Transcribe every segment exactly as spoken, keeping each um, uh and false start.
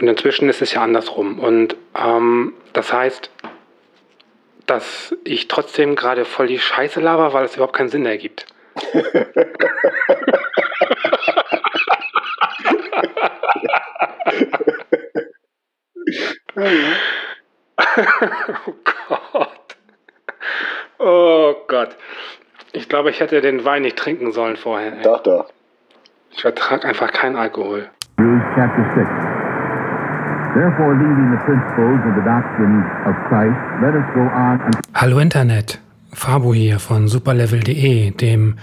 Und inzwischen ist es ja andersrum. Und ähm, das heißt, dass ich trotzdem gerade voll die Scheiße laber, weil es überhaupt keinen Sinn ergibt. Oh Gott. Oh Gott. Ich glaube, ich hätte den Wein nicht trinken sollen vorher. Ey. Doch, doch. Ich vertrage einfach keinen Alkohol. Chapter six. Therefore, leaving the principles of the doctrine of Christ, let us go on and Hallo Internet, Fabo hier von superlevel punkt de, dem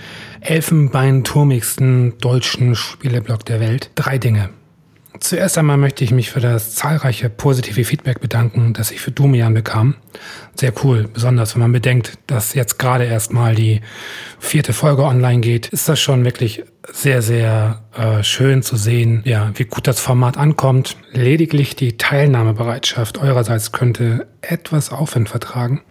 elfenbeinturmigsten deutschen Spieleblog der Welt. Drei Dinge. Zuerst einmal möchte ich mich für das zahlreiche positive Feedback bedanken, das ich für Domian bekam. Sehr cool, besonders wenn man bedenkt, dass jetzt gerade erst mal die vierte Folge online geht, ist das schon wirklich sehr, sehr äh, schön zu sehen, ja, wie gut das Format ankommt. Lediglich die Teilnahmebereitschaft eurerseits könnte etwas Aufwand vertragen.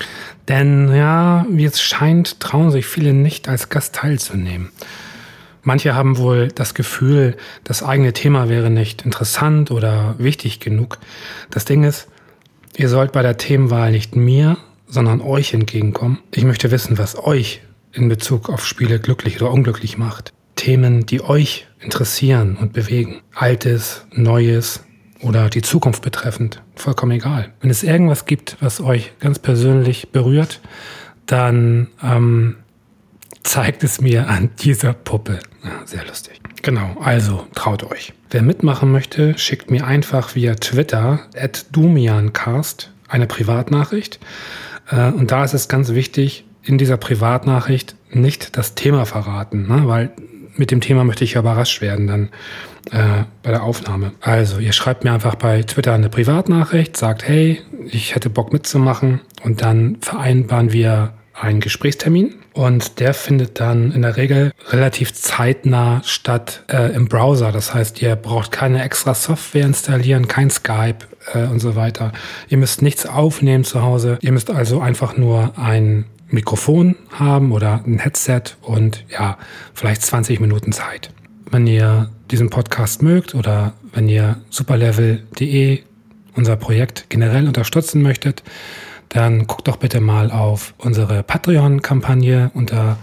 Denn ja, wie es scheint, trauen sich viele nicht, als Gast teilzunehmen. Manche haben wohl das Gefühl, das eigene Thema wäre nicht interessant oder wichtig genug. Das Ding ist, ihr sollt bei der Themenwahl nicht mir, sondern euch entgegenkommen. Ich möchte wissen, was euch in Bezug auf Spiele glücklich oder unglücklich macht. Themen, die euch interessieren und bewegen. Altes, Neues oder die Zukunft betreffend. Vollkommen egal. Wenn es irgendwas gibt, was euch ganz persönlich berührt, dann ähm, zeigt es mir an dieser Puppe. Ja, sehr lustig. Genau, also traut euch. Wer mitmachen möchte, schickt mir einfach via Twitter at domiancast eine Privatnachricht. Äh, und da ist es ganz wichtig, in dieser Privatnachricht nicht das Thema verraten, ne? Weil mit dem Thema möchte ich ja überrascht werden dann äh, bei der Aufnahme. Also ihr schreibt mir einfach bei Twitter eine Privatnachricht, sagt, hey, ich hätte Bock mitzumachen und dann vereinbaren wir einen Gesprächstermin und der findet dann in der Regel relativ zeitnah statt äh, im Browser. Das heißt, ihr braucht keine extra Software installieren, kein Skype äh, und so weiter. Ihr müsst nichts aufnehmen zu Hause. Ihr müsst also einfach nur ein Mikrofon haben oder ein Headset und ja, vielleicht zwanzig Minuten Zeit. Wenn ihr diesen Podcast mögt oder wenn ihr superlevel punkt de, unser Projekt generell unterstützen möchtet, dann guckt doch bitte mal auf unsere Patreon-Kampagne unter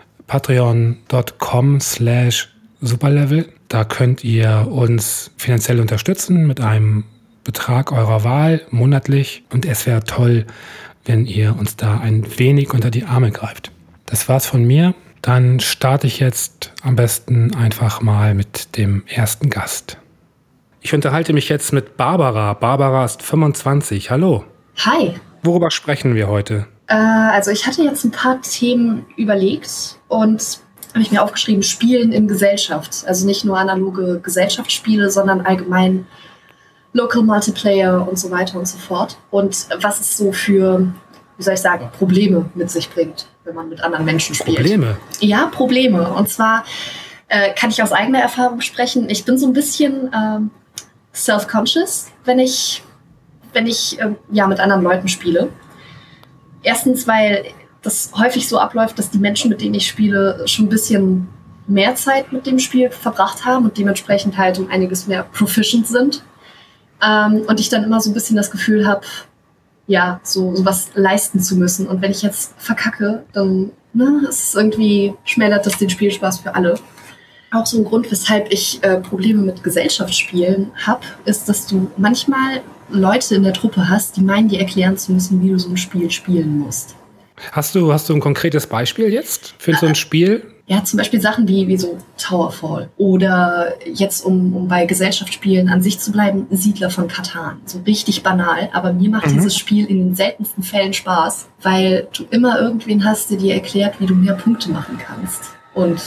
patreon.com slash superlevel. Da könnt ihr uns finanziell unterstützen mit einem Betrag eurer Wahl monatlich. Und es wäre toll, wenn ihr uns da ein wenig unter die Arme greift. Das war's von mir. Dann starte ich jetzt am besten einfach mal mit dem ersten Gast. Ich unterhalte mich jetzt mit Barbara. Barbara ist fünfundzwanzig. Hallo. Hi. Worüber sprechen wir heute? Äh, also ich hatte jetzt ein paar Themen überlegt und habe ich mir aufgeschrieben, Spielen in Gesellschaft. Also nicht nur analoge Gesellschaftsspiele, sondern allgemein Local Multiplayer und so weiter und so fort. Und was es so für, wie soll ich sagen, Probleme mit sich bringt, wenn man mit anderen Menschen spielt. Probleme? Ja, Probleme. Und zwar äh, kann ich aus eigener Erfahrung sprechen. Ich bin so ein bisschen äh, self-conscious, wenn ich wenn ich äh, ja, mit anderen Leuten spiele. Erstens, weil das häufig so abläuft, dass die Menschen, mit denen ich spiele, schon ein bisschen mehr Zeit mit dem Spiel verbracht haben und dementsprechend halt um einiges mehr proficient sind. Ähm, und ich dann immer so ein bisschen das Gefühl habe, ja, so, so was leisten zu müssen. Und wenn ich jetzt verkacke, dann ne, ist es irgendwie, schmälert das den Spielspaß für alle. Auch so ein Grund, weshalb ich äh, Probleme mit Gesellschaftsspielen habe, ist, dass du manchmal Leute in der Truppe hast, die meinen, dir erklären zu müssen, wie du so ein Spiel spielen musst. Hast du, hast du ein konkretes Beispiel jetzt für so ein Spiel? Ja, zum Beispiel Sachen wie, wie so Towerfall oder jetzt, um, um bei Gesellschaftsspielen an sich zu bleiben, Siedler von Catan. So richtig banal, aber mir macht mhm. dieses Spiel in den seltensten Fällen Spaß, weil du immer irgendwen hast, der dir erklärt, wie du mehr Punkte machen kannst. Und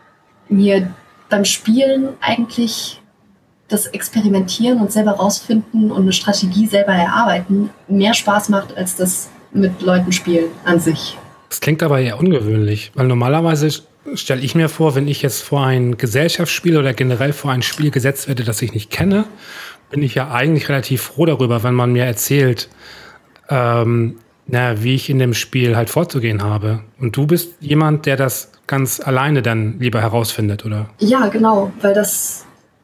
mir beim Spielen eigentlich das Experimentieren und selber rausfinden und eine Strategie selber erarbeiten mehr Spaß macht, als das mit Leuten spielen an sich. Das klingt aber eher ungewöhnlich, weil normalerweise stelle ich mir vor, wenn ich jetzt vor ein Gesellschaftsspiel oder generell vor ein Spiel gesetzt werde, das ich nicht kenne, bin ich ja eigentlich relativ froh darüber, wenn man mir erzählt, ähm, na, wie ich in dem Spiel halt vorzugehen habe. Und du bist jemand, der das ganz alleine dann lieber herausfindet, oder? Ja, genau, weil das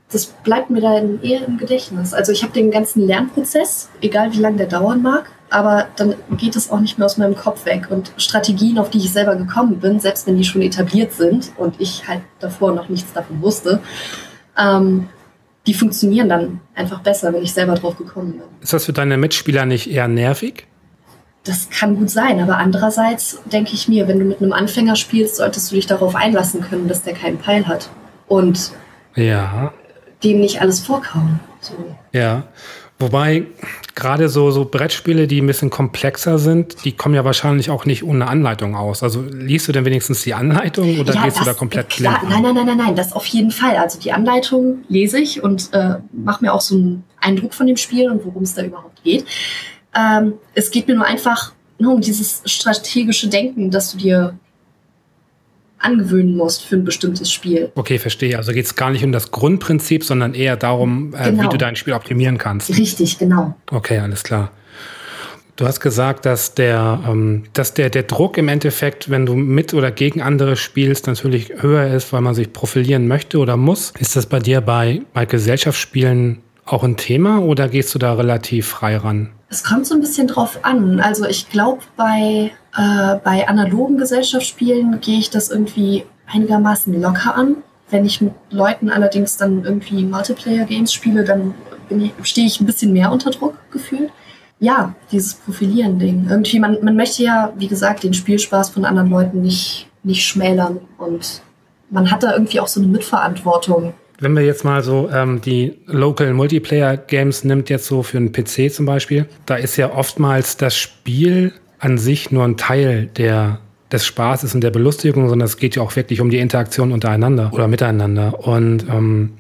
das bleibt mir dann eher im Gedächtnis. Also ich habe den ganzen Lernprozess, egal wie lange der dauern mag, aber dann geht es auch nicht mehr aus meinem Kopf weg. Und Strategien, auf die ich selber gekommen bin, selbst wenn die schon etabliert sind und ich halt davor noch nichts davon wusste, ähm, die funktionieren dann einfach besser, wenn ich selber drauf gekommen bin. Ist das für deine Mitspieler nicht eher nervig? Das kann gut sein, aber andererseits denke ich mir, wenn du mit einem Anfänger spielst, solltest du dich darauf einlassen können, dass der keinen Peil hat. Und ja. dem nicht alles vorkauen. So. Ja, wobei gerade so, so Brettspiele, die ein bisschen komplexer sind, die kommen ja wahrscheinlich auch nicht ohne Anleitung aus. Also liest du denn wenigstens die Anleitung oder ja, gehst das, du da komplett klar, blind? Nein, nein, nein, nein, nein, das auf jeden Fall. Also die Anleitung lese ich und äh, mache mir auch so einen Eindruck von dem Spiel und worum es da überhaupt geht. Ähm, es geht mir nur einfach nur um dieses strategische Denken, dass du dir angewöhnen musst für ein bestimmtes Spiel. Okay, verstehe. Also geht es gar nicht um das Grundprinzip, sondern eher darum, äh, genau. wie du dein Spiel optimieren kannst. Richtig, genau. Okay, alles klar. Du hast gesagt, dass der, ähm, dass der, der Druck im Endeffekt, wenn du mit oder gegen andere spielst, natürlich höher ist, weil man sich profilieren möchte oder muss. Ist das bei dir bei, bei Gesellschaftsspielen auch ein Thema oder gehst du da relativ frei ran? Es kommt so ein bisschen drauf an. Also ich glaube, bei, äh, bei analogen Gesellschaftsspielen gehe ich das irgendwie einigermaßen locker an. Wenn ich mit Leuten allerdings dann irgendwie Multiplayer-Games spiele, dann stehe ich ein bisschen mehr unter Druck gefühlt. Ja, dieses Profilieren-Ding. Irgendwie, man, man möchte ja, wie gesagt, den Spielspaß von anderen Leuten nicht, nicht schmälern. Und man hat da irgendwie auch so eine Mitverantwortung. Wenn wir jetzt mal so ähm, die Local Multiplayer Games nimmt, jetzt so für einen P C zum Beispiel, da ist ja oftmals das Spiel an sich nur ein Teil der, des Spaßes und der Belustigung, sondern es geht ja auch wirklich um die Interaktion untereinander oder miteinander. Und ähm,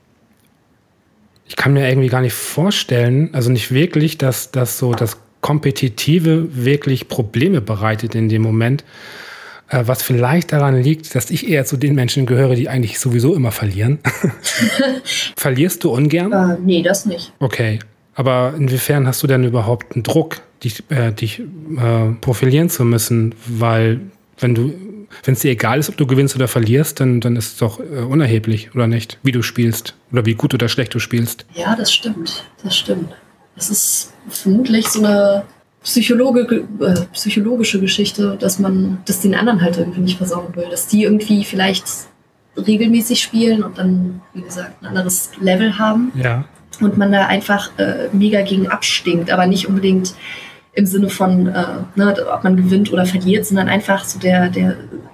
ich kann mir irgendwie gar nicht vorstellen, also nicht wirklich, dass, dass so das Kompetitive wirklich Probleme bereitet in dem Moment. Was vielleicht daran liegt, dass ich eher zu den Menschen gehöre, die eigentlich sowieso immer verlieren. Verlierst du ungern? Äh, nee, das nicht. Okay. Aber inwiefern hast du denn überhaupt einen Druck, dich, äh, dich äh, profilieren zu müssen? Weil wenn du, wenn es dir egal ist, ob du gewinnst oder verlierst, dann, dann ist es doch äh, unerheblich, oder nicht? Wie du spielst oder wie gut oder schlecht du spielst. Ja, das stimmt. Das stimmt. Das ist vermutlich so eine Psychologe, äh, psychologische Geschichte, dass man das den anderen halt irgendwie nicht versauen will. Dass die irgendwie vielleicht regelmäßig spielen und dann, wie gesagt, ein anderes Level haben. Ja. Und man da einfach äh, mega gegen abstinkt, aber nicht unbedingt im Sinne von, äh, ne, ob man gewinnt oder verliert, sondern einfach so der, der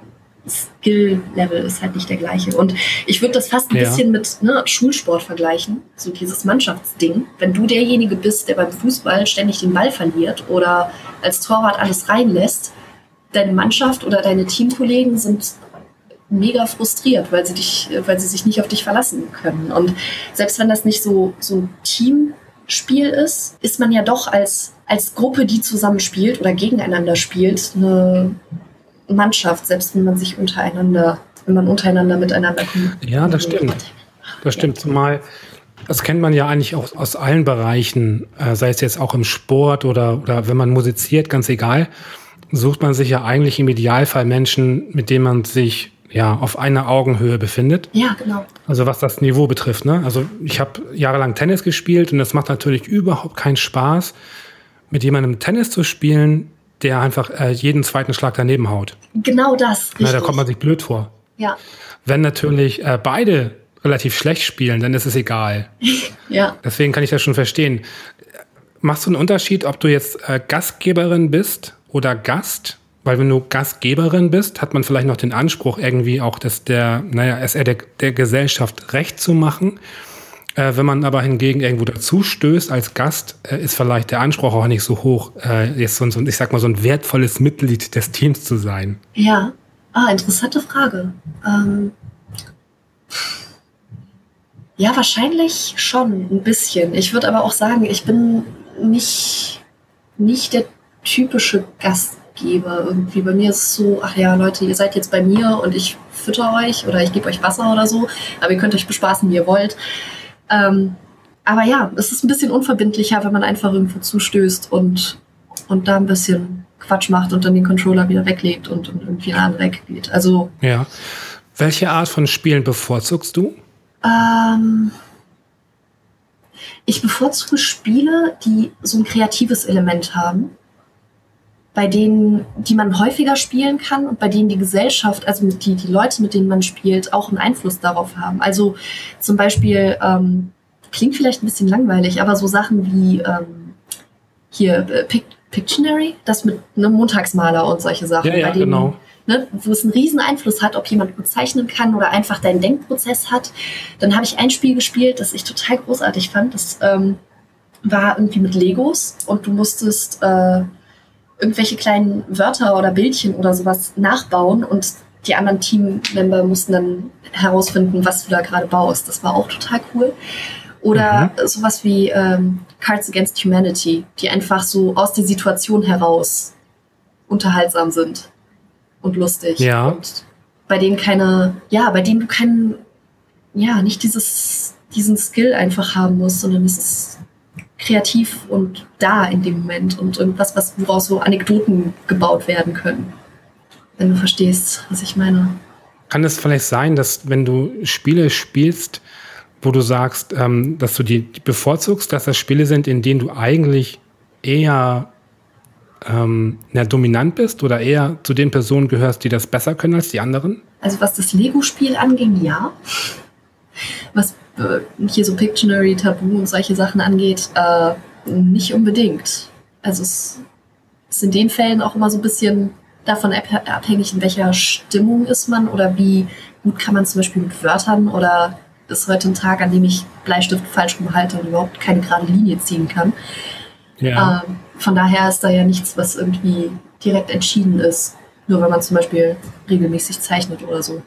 Skill-Level ist halt nicht der gleiche. Und ich würde das fast ein ja. bisschen mit ne, Schulsport vergleichen, so dieses Mannschaftsding. Wenn du derjenige bist, der beim Fußball ständig den Ball verliert oder als Torwart alles reinlässt, deine Mannschaft oder deine Teamkollegen sind mega frustriert, weil sie dich, weil sie sich nicht auf dich verlassen können. Und selbst wenn das nicht so, so ein Teamspiel ist, ist man ja doch als, als Gruppe, die zusammen spielt oder gegeneinander spielt, eine Mannschaft, selbst wenn man sich untereinander, wenn man untereinander miteinander kommt. Ja, das stimmt. Das stimmt. Zumal, das kennt man ja eigentlich auch aus allen Bereichen, äh, sei es jetzt auch im Sport oder, oder wenn man musiziert, ganz egal, sucht man sich ja eigentlich im Idealfall Menschen, mit denen man sich ja auf einer Augenhöhe befindet. Ja, genau. Also was das Niveau betrifft, ne? Also ich habe jahrelang Tennis gespielt und es macht natürlich überhaupt keinen Spaß, mit jemandem Tennis zu spielen, der einfach äh, jeden zweiten Schlag daneben haut. Genau das, richtig. Na, da kommt man sich blöd vor. Ja. Wenn natürlich äh, beide relativ schlecht spielen, dann ist es egal. Ja. Deswegen kann ich das schon verstehen. Machst du einen Unterschied, ob du jetzt äh, Gastgeberin bist oder Gast? Weil wenn du Gastgeberin bist, hat man vielleicht noch den Anspruch irgendwie auch, dass der, naja, es eher der, der Gesellschaft recht zu machen. Äh, wenn man aber hingegen irgendwo dazu stößt als Gast, äh, ist vielleicht der Anspruch auch nicht so hoch, äh, jetzt so, so, ich sag mal, so ein wertvolles Mitglied des Teams zu sein. Ja, ah, interessante Frage. Ähm, ja, wahrscheinlich schon ein bisschen. Ich würde aber auch sagen, ich bin nicht, nicht der typische Gastgeber irgendwie. Bei mir ist es so, ach ja, Leute, ihr seid jetzt bei mir und ich fütter euch oder ich gebe euch Wasser oder so, aber ihr könnt euch bespaßen, wie ihr wollt. Ähm, aber ja, es ist ein bisschen unverbindlicher, wenn man einfach irgendwo zustößt und, und da ein bisschen Quatsch macht und dann den Controller wieder weglegt und, und irgendwie in eine andere Ecke geht. Also, ja. Welche Art von Spielen bevorzugst du? Ähm, ich bevorzuge Spiele, die so ein kreatives Element haben, bei denen, die man häufiger spielen kann und bei denen die Gesellschaft, also die, die Leute, mit denen man spielt, auch einen Einfluss darauf haben. Also zum Beispiel, ähm, klingt vielleicht ein bisschen langweilig, aber so Sachen wie ähm, hier äh, Pic- Pictionary, das mit einem Montagsmaler und solche Sachen, Ja, ja, bei denen, genau. ne, wo es einen riesen Einfluss hat, ob jemand gut zeichnen kann oder einfach deinen Denkprozess hat. Dann habe ich ein Spiel gespielt, das ich total großartig fand. Das ähm, war irgendwie mit Legos und du musstest äh, irgendwelche kleinen Wörter oder Bildchen oder sowas nachbauen und die anderen Teammember mussten dann herausfinden, was du da gerade baust. Das war auch total cool. Oder mhm. sowas wie ähm, Cards Against Humanity, die einfach so aus der Situation heraus unterhaltsam sind und lustig. Ja. Und bei denen keine, ja, bei denen du keinen, ja, nicht dieses, diesen Skill einfach haben musst, sondern es ist kreativ und da in dem Moment und irgendwas, was, woraus so Anekdoten gebaut werden können. Wenn du verstehst, was ich meine. Kann es vielleicht sein, dass wenn du Spiele spielst, wo du sagst, ähm, dass du die, die bevorzugst, dass das Spiele sind, in denen du eigentlich eher ähm, ja, dominant bist oder eher zu den Personen gehörst, die das besser können als die anderen? Also was das Lego-Spiel anging, ja. Was äh, hier so Pictionary, Tabu und solche Sachen angeht, äh, nicht unbedingt. Also es ist in den Fällen auch immer so ein bisschen davon abhängig, in welcher Stimmung ist man oder wie gut kann man zum Beispiel mit Wörtern oder ist heute ein Tag, an dem ich Bleistift falsch rumhalte und überhaupt keine gerade Linie ziehen kann. Ja. Ähm, von daher ist da ja nichts, was irgendwie direkt entschieden ist. Nur wenn man zum Beispiel regelmäßig zeichnet oder so.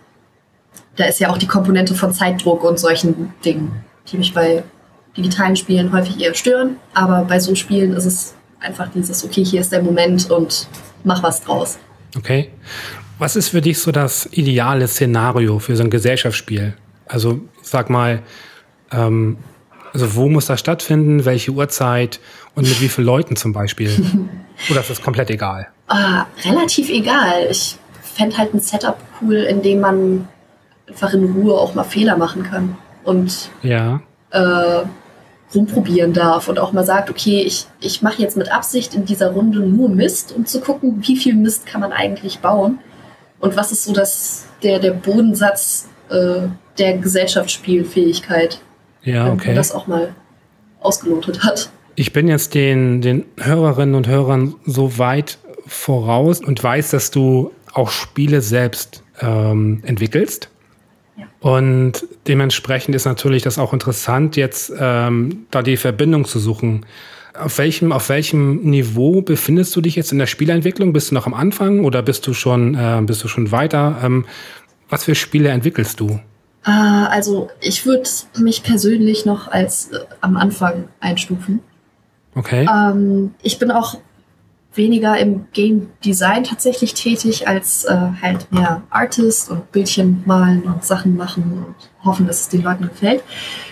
Da ist ja auch die Komponente von Zeitdruck und solchen Dingen, die mich bei digitalen Spielen häufig eher stören. Aber bei so Spielen ist es einfach dieses, okay, hier ist der Moment und mach was draus. Okay. Was ist für dich so das ideale Szenario für so ein Gesellschaftsspiel? Also sag mal, ähm, also wo muss das stattfinden, welche Uhrzeit und mit wie vielen Leuten zum Beispiel? Oder ist das komplett egal? Ah, relativ egal. Ich fände halt ein Setup cool, in dem man einfach in Ruhe auch mal Fehler machen kann und ja. äh, rumprobieren darf und auch mal sagt, okay, ich, ich mache jetzt mit Absicht in dieser Runde nur Mist, um zu gucken, wie viel Mist kann man eigentlich bauen und was ist so das, der, der Bodensatz äh, der Gesellschaftsspielfähigkeit, ja, okay. wenn man das auch mal ausgelotet hat. Ich bin jetzt den, den Hörerinnen und Hörern so weit voraus und weiß, dass du auch Spiele selbst ähm, entwickelst. Ja. Und dementsprechend ist natürlich das auch interessant, jetzt ähm, da die Verbindung zu suchen. Auf welchem, auf welchem Niveau befindest du dich jetzt in der Spieleentwicklung? Bist du noch am Anfang oder bist du schon, äh, bist du schon weiter? Ähm, was für Spiele entwickelst du? Äh, also ich würde mich persönlich noch als äh, am Anfang einstufen. Okay. Ähm, ich bin auch weniger im Game Design tatsächlich tätig, als äh, halt mehr Artist und Bildchen malen und Sachen machen und hoffen, dass es den Leuten gefällt.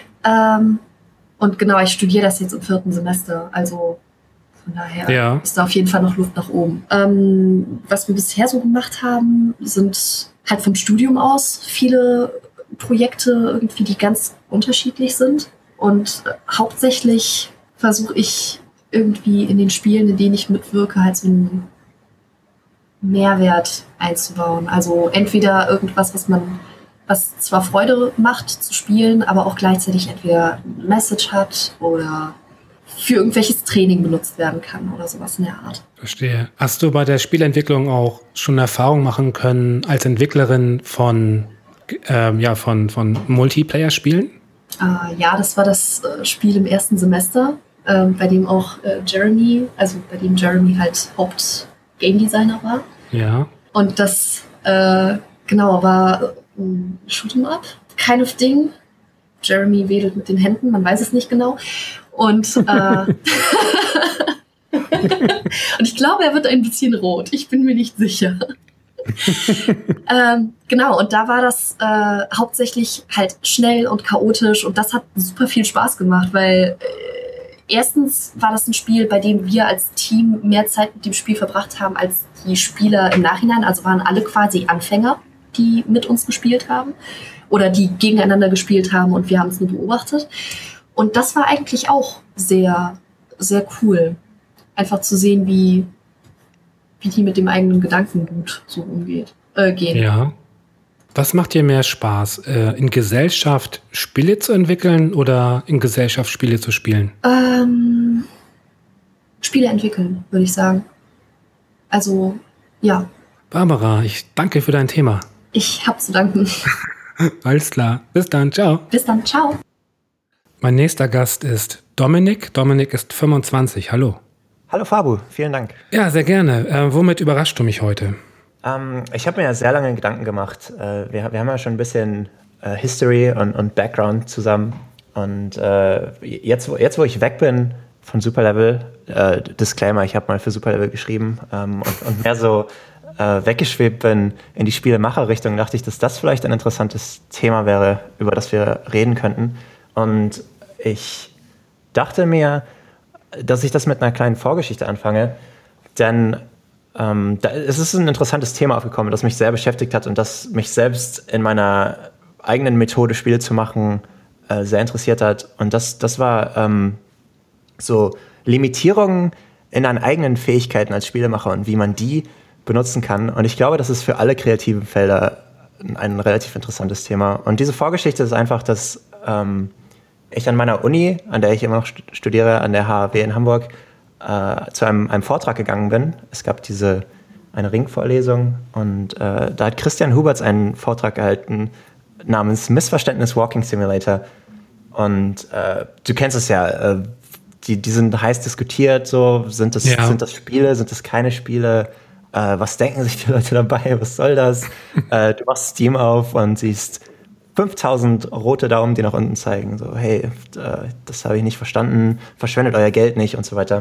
Ähm, und genau, ich studiere das jetzt im vierten Semester, also von daher ja. ist da auf jeden Fall noch Luft nach oben. Ähm, was wir bisher so gemacht haben, sind halt vom Studium aus viele Projekte irgendwie, die ganz unterschiedlich sind und äh, hauptsächlich versuche ich irgendwie in den Spielen, in denen ich mitwirke, halt so einen Mehrwert einzubauen. Also entweder irgendwas, was man, was zwar Freude macht zu spielen, aber auch gleichzeitig entweder eine Message hat oder für irgendwelches Training benutzt werden kann oder sowas in der Art. Verstehe. Hast du bei der Spielentwicklung auch schon Erfahrung machen können als Entwicklerin von, ähm, ja, von, von Multiplayer-Spielen? Äh, ja, das war das äh, Spiel im ersten Semester. Ähm, bei dem auch äh, Jeremy, also bei dem Jeremy halt Haupt-Game-Designer war. Ja. Und das, äh, genau, war ein äh, Shoot'em-up, kind of Ding. Jeremy wedelt mit den Händen, man weiß es nicht genau. Und, äh, und ich glaube, er wird ein bisschen rot. Ich bin mir nicht sicher. ähm, genau, und da war das äh, hauptsächlich halt schnell und chaotisch und das hat super viel Spaß gemacht, weil äh, erstens war das ein Spiel, bei dem wir als Team mehr Zeit mit dem Spiel verbracht haben als die Spieler im Nachhinein. Also waren alle quasi Anfänger, die mit uns gespielt haben oder die gegeneinander gespielt haben und wir haben es nur beobachtet. Und das war eigentlich auch sehr, sehr cool, einfach zu sehen, wie, wie die mit dem eigenen Gedankengut so umgeht, äh, gehen. Ja. Was macht dir mehr Spaß, äh, in Gesellschaft Spiele zu entwickeln oder in Gesellschaft Spiele zu spielen? Ähm, Spiele entwickeln, würde ich sagen. Also, ja. Barbara, ich danke für dein Thema. Ich hab zu danken. Alles klar. Bis dann. Ciao. Bis dann. Ciao. Mein nächster Gast ist Dominik. Dominik ist fünfundzwanzig. Hallo. Hallo Fabu, vielen Dank. Ja, sehr gerne. Äh, womit überraschst du mich heute? Ähm, ich habe mir ja sehr lange Gedanken gemacht. Äh, wir, wir haben ja schon ein bisschen äh, History und, und Background zusammen. Und äh, jetzt, jetzt, wo ich weg bin von Superlevel, äh, Disclaimer, ich habe mal für Superlevel geschrieben ähm, und, und mehr so äh, weggeschwebt bin in die Spielemacher-Richtung, dachte ich, dass das vielleicht ein interessantes Thema wäre, über das wir reden könnten. Und ich dachte mir, dass ich das mit einer kleinen Vorgeschichte anfange, denn ähm, da, es ist ein interessantes Thema aufgekommen, das mich sehr beschäftigt hat und das mich selbst in meiner eigenen Methode, Spiele zu machen, äh, sehr interessiert hat. Und das, das war ähm, so Limitierungen in deinen eigenen Fähigkeiten als Spielemacher und wie man die benutzen kann. Und ich glaube, das ist für alle kreativen Felder ein relativ interessantes Thema. Und diese Vorgeschichte ist einfach, dass ähm, ich an meiner Uni, an der ich immer noch studiere, an der H A W in Hamburg, äh, zu einem, einem Vortrag gegangen bin. Es gab diese eine Ringvorlesung und äh, da hat Christian Huberts einen Vortrag gehalten namens Missverständnis Walking Simulator. Und äh, du kennst es ja, äh, die, die sind heiß diskutiert, so sind das, ja. sind das Spiele, sind das keine Spiele? Äh, was denken sich die Leute dabei? Was soll das? äh, du machst Steam auf und siehst fünftausend rote Daumen, die nach unten zeigen. So, hey, äh, das habe ich nicht verstanden, verschwendet euer Geld nicht und so weiter.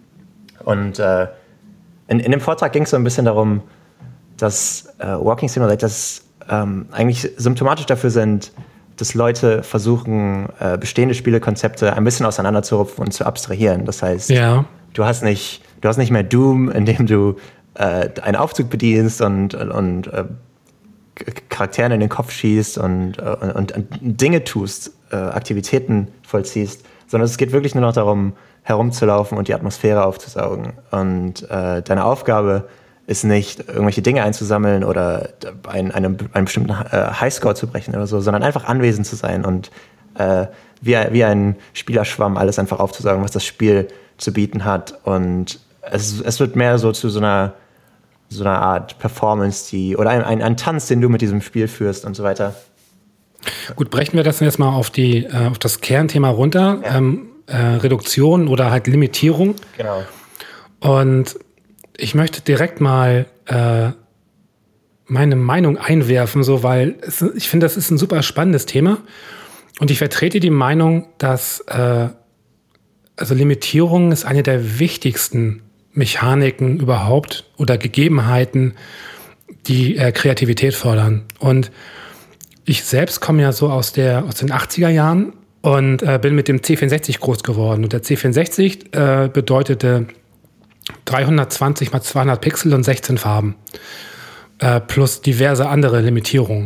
Und äh, in, in dem Vortrag ging es so ein bisschen darum, dass äh, Walking Simulators ähm, eigentlich symptomatisch dafür sind, dass Leute versuchen, äh, bestehende Spielekonzepte ein bisschen auseinanderzurupfen und zu abstrahieren. Das heißt, ja. du hast nicht, du hast nicht mehr Doom, in dem du äh, einen Aufzug bedienst und, und äh, Charakteren in den Kopf schießt und, und, und Dinge tust, äh, Aktivitäten vollziehst, sondern es geht wirklich nur noch darum, herumzulaufen und die Atmosphäre aufzusaugen. Und äh, deine Aufgabe ist nicht, irgendwelche Dinge einzusammeln oder einen, einen, einen bestimmten äh, Highscore zu brechen oder so, sondern einfach anwesend zu sein und äh, wie, wie ein Spielerschwamm alles einfach aufzusaugen, was das Spiel zu bieten hat. Und es, es wird mehr so zu so einer so eine Art Performance, die oder ein, ein, ein Tanz, den du mit diesem Spiel führst und so weiter. Gut, brechen wir das jetzt mal auf, die, äh, auf das Kernthema runter. Ja. Ähm, äh, Reduktion oder halt Limitierung. Genau. Und ich möchte direkt mal äh, meine Meinung einwerfen, so, weil es, ich finde, das ist ein super spannendes Thema. Und ich vertrete die Meinung, dass äh, also Limitierung ist eine der wichtigsten Mechaniken überhaupt oder Gegebenheiten, die äh, Kreativität fördern. Und ich selbst komme ja so aus, der, aus den achtziger Jahren und äh, bin mit dem C vierundsechzig groß geworden. Und der C vierundsechzig äh, bedeutete dreihundertzwanzig mal zweihundert Pixel und sechzehn Farben. Äh, plus diverse andere Limitierungen.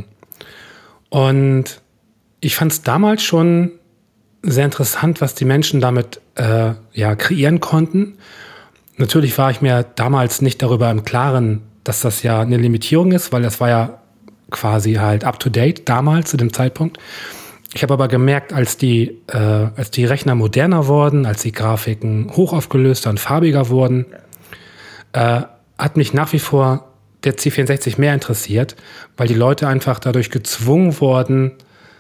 Und ich fand es damals schon sehr interessant, was die Menschen damit äh, ja, kreieren konnten. Natürlich war ich mir damals nicht darüber im Klaren, dass das ja eine Limitierung ist, weil das war ja quasi halt up-to-date damals zu dem Zeitpunkt. Ich habe aber gemerkt, als die, äh, als die Rechner moderner wurden, als die Grafiken hochaufgelöster und farbiger wurden, äh, hat mich nach wie vor der C vierundsechzig mehr interessiert, weil die Leute einfach dadurch gezwungen wurden,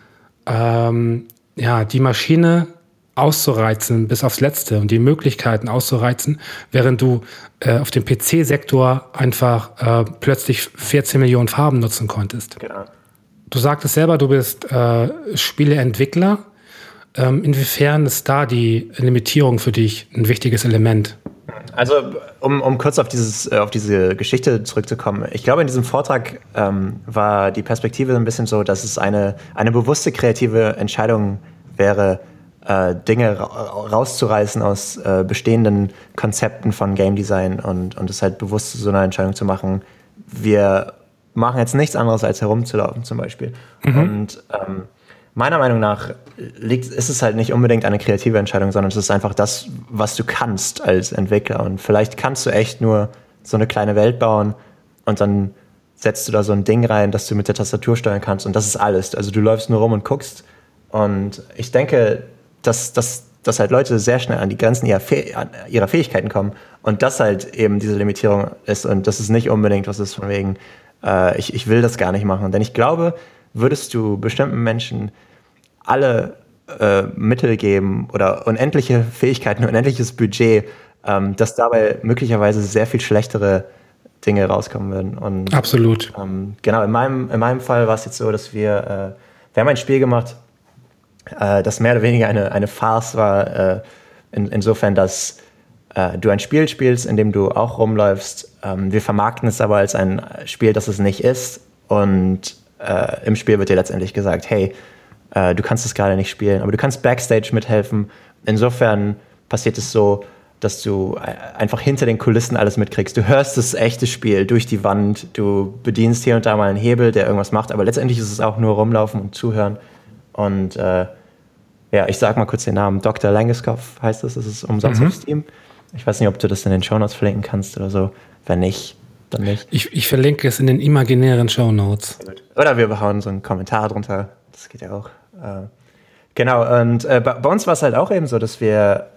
ähm, ja, die Maschine auszureizen bis aufs Letzte und die Möglichkeiten auszureizen, während du äh, auf dem P C-Sektor einfach äh, plötzlich vierzehn Millionen Farben nutzen konntest. Genau. Du sagtest selber, du bist äh, Spieleentwickler. Ähm, inwiefern ist da die Limitierung für dich ein wichtiges Element? Also, um, um kurz auf, dieses, auf diese Geschichte zurückzukommen. Ich glaube, in diesem Vortrag ähm, war die Perspektive ein bisschen so, dass es eine, eine bewusste kreative Entscheidung wäre, äh, Dinge ra- rauszureißen aus äh, bestehenden Konzepten von Game Design und, und es halt bewusst zu so einer Entscheidung zu machen. Wir machen jetzt nichts anderes, als herumzulaufen zum Beispiel. Mhm. Und ähm, meiner Meinung nach liegt, ist es halt nicht unbedingt eine kreative Entscheidung, sondern es ist einfach das, was du kannst als Entwickler. Und vielleicht kannst du echt nur so eine kleine Welt bauen und dann setzt du da so ein Ding rein, das du mit der Tastatur steuern kannst und das ist alles. Also du läufst nur rum und guckst. Und ich denke, dass, dass, dass halt Leute sehr schnell an die Grenzen ihrer, Fäh- ihrer Fähigkeiten kommen und das halt eben diese Limitierung ist. Und das ist nicht unbedingt was ist von wegen, äh, ich, ich will das gar nicht machen. Denn ich glaube, würdest du bestimmten Menschen alle äh, Mittel geben oder unendliche Fähigkeiten, unendliches Budget, ähm, dass dabei möglicherweise sehr viel schlechtere Dinge rauskommen würden. Und, Absolut. Ähm, genau, in meinem, in meinem Fall war es jetzt so, dass wir, äh, wir haben ein Spiel gemacht, äh, das mehr oder weniger eine, eine Farce war, äh, in, insofern, dass äh, du ein Spiel spielst, in dem du auch rumläufst. Ähm, wir vermarkten es aber als ein Spiel, das es nicht ist. Und äh, im Spiel wird dir letztendlich gesagt, hey, äh, du kannst es gerade nicht spielen, aber du kannst Backstage mithelfen. Insofern passiert es so, dass du einfach hinter den Kulissen alles mitkriegst. Du hörst das echte Spiel durch die Wand, du bedienst hier und da mal einen Hebel, der irgendwas macht, aber letztendlich ist es auch nur rumlaufen und zuhören. Und äh, ja, ich sag mal kurz den Namen, Doktor Langeskov heißt das, das ist umsonst mhm. auf Steam. Ich weiß nicht, ob du das in den Shownotes verlinken kannst oder so. Wenn nicht, dann nicht. Ich, ich verlinke es in den imaginären Shownotes. Oder wir hauen so einen Kommentar drunter, das geht ja auch. Äh, genau, und äh, bei, bei uns war es halt auch eben so, dass wir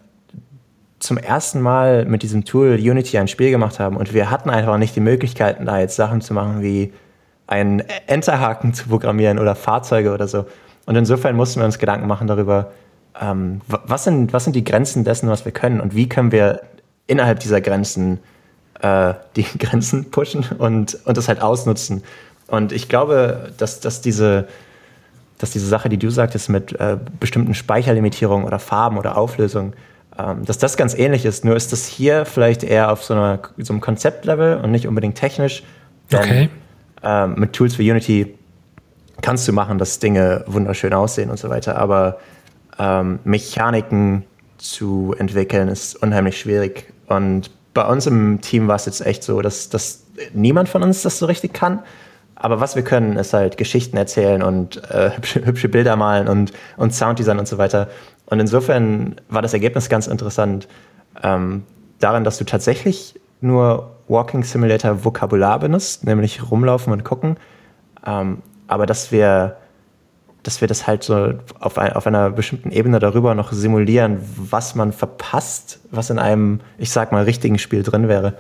zum ersten Mal mit diesem Tool Unity ein Spiel gemacht haben und wir hatten einfach nicht die Möglichkeiten, da jetzt Sachen zu machen wie einen Enterhaken zu programmieren oder Fahrzeuge oder so. Und insofern mussten wir uns Gedanken machen darüber, ähm, was sind, was sind die Grenzen dessen, was wir können und wie können wir innerhalb dieser Grenzen äh, die Grenzen pushen und, und das halt ausnutzen. Und ich glaube, dass, dass, diese, dass diese Sache, die du sagtest, mit äh, bestimmten Speicherlimitierungen oder Farben oder Auflösungen, dass das ganz ähnlich ist, nur ist das hier vielleicht eher auf so, einer, so einem Konzeptlevel und nicht unbedingt technisch. Denn, okay. ähm, mit Tools wie Unity kannst du machen, dass Dinge wunderschön aussehen und so weiter, aber ähm, Mechaniken zu entwickeln ist unheimlich schwierig. Und bei uns im Team war es jetzt echt so, dass, dass niemand von uns das so richtig kann. Aber was wir können, ist halt Geschichten erzählen und äh, hübsche, hübsche Bilder malen und, und Sounddesign und so weiter. Und insofern war das Ergebnis ganz interessant, ähm, darin, dass du tatsächlich nur Walking Simulator Vokabular benutzt, nämlich rumlaufen und gucken, ähm, aber dass wir, dass wir das halt so auf, ein, auf einer bestimmten Ebene darüber noch simulieren, was man verpasst, was in einem, ich sag mal, richtigen Spiel drin wäre.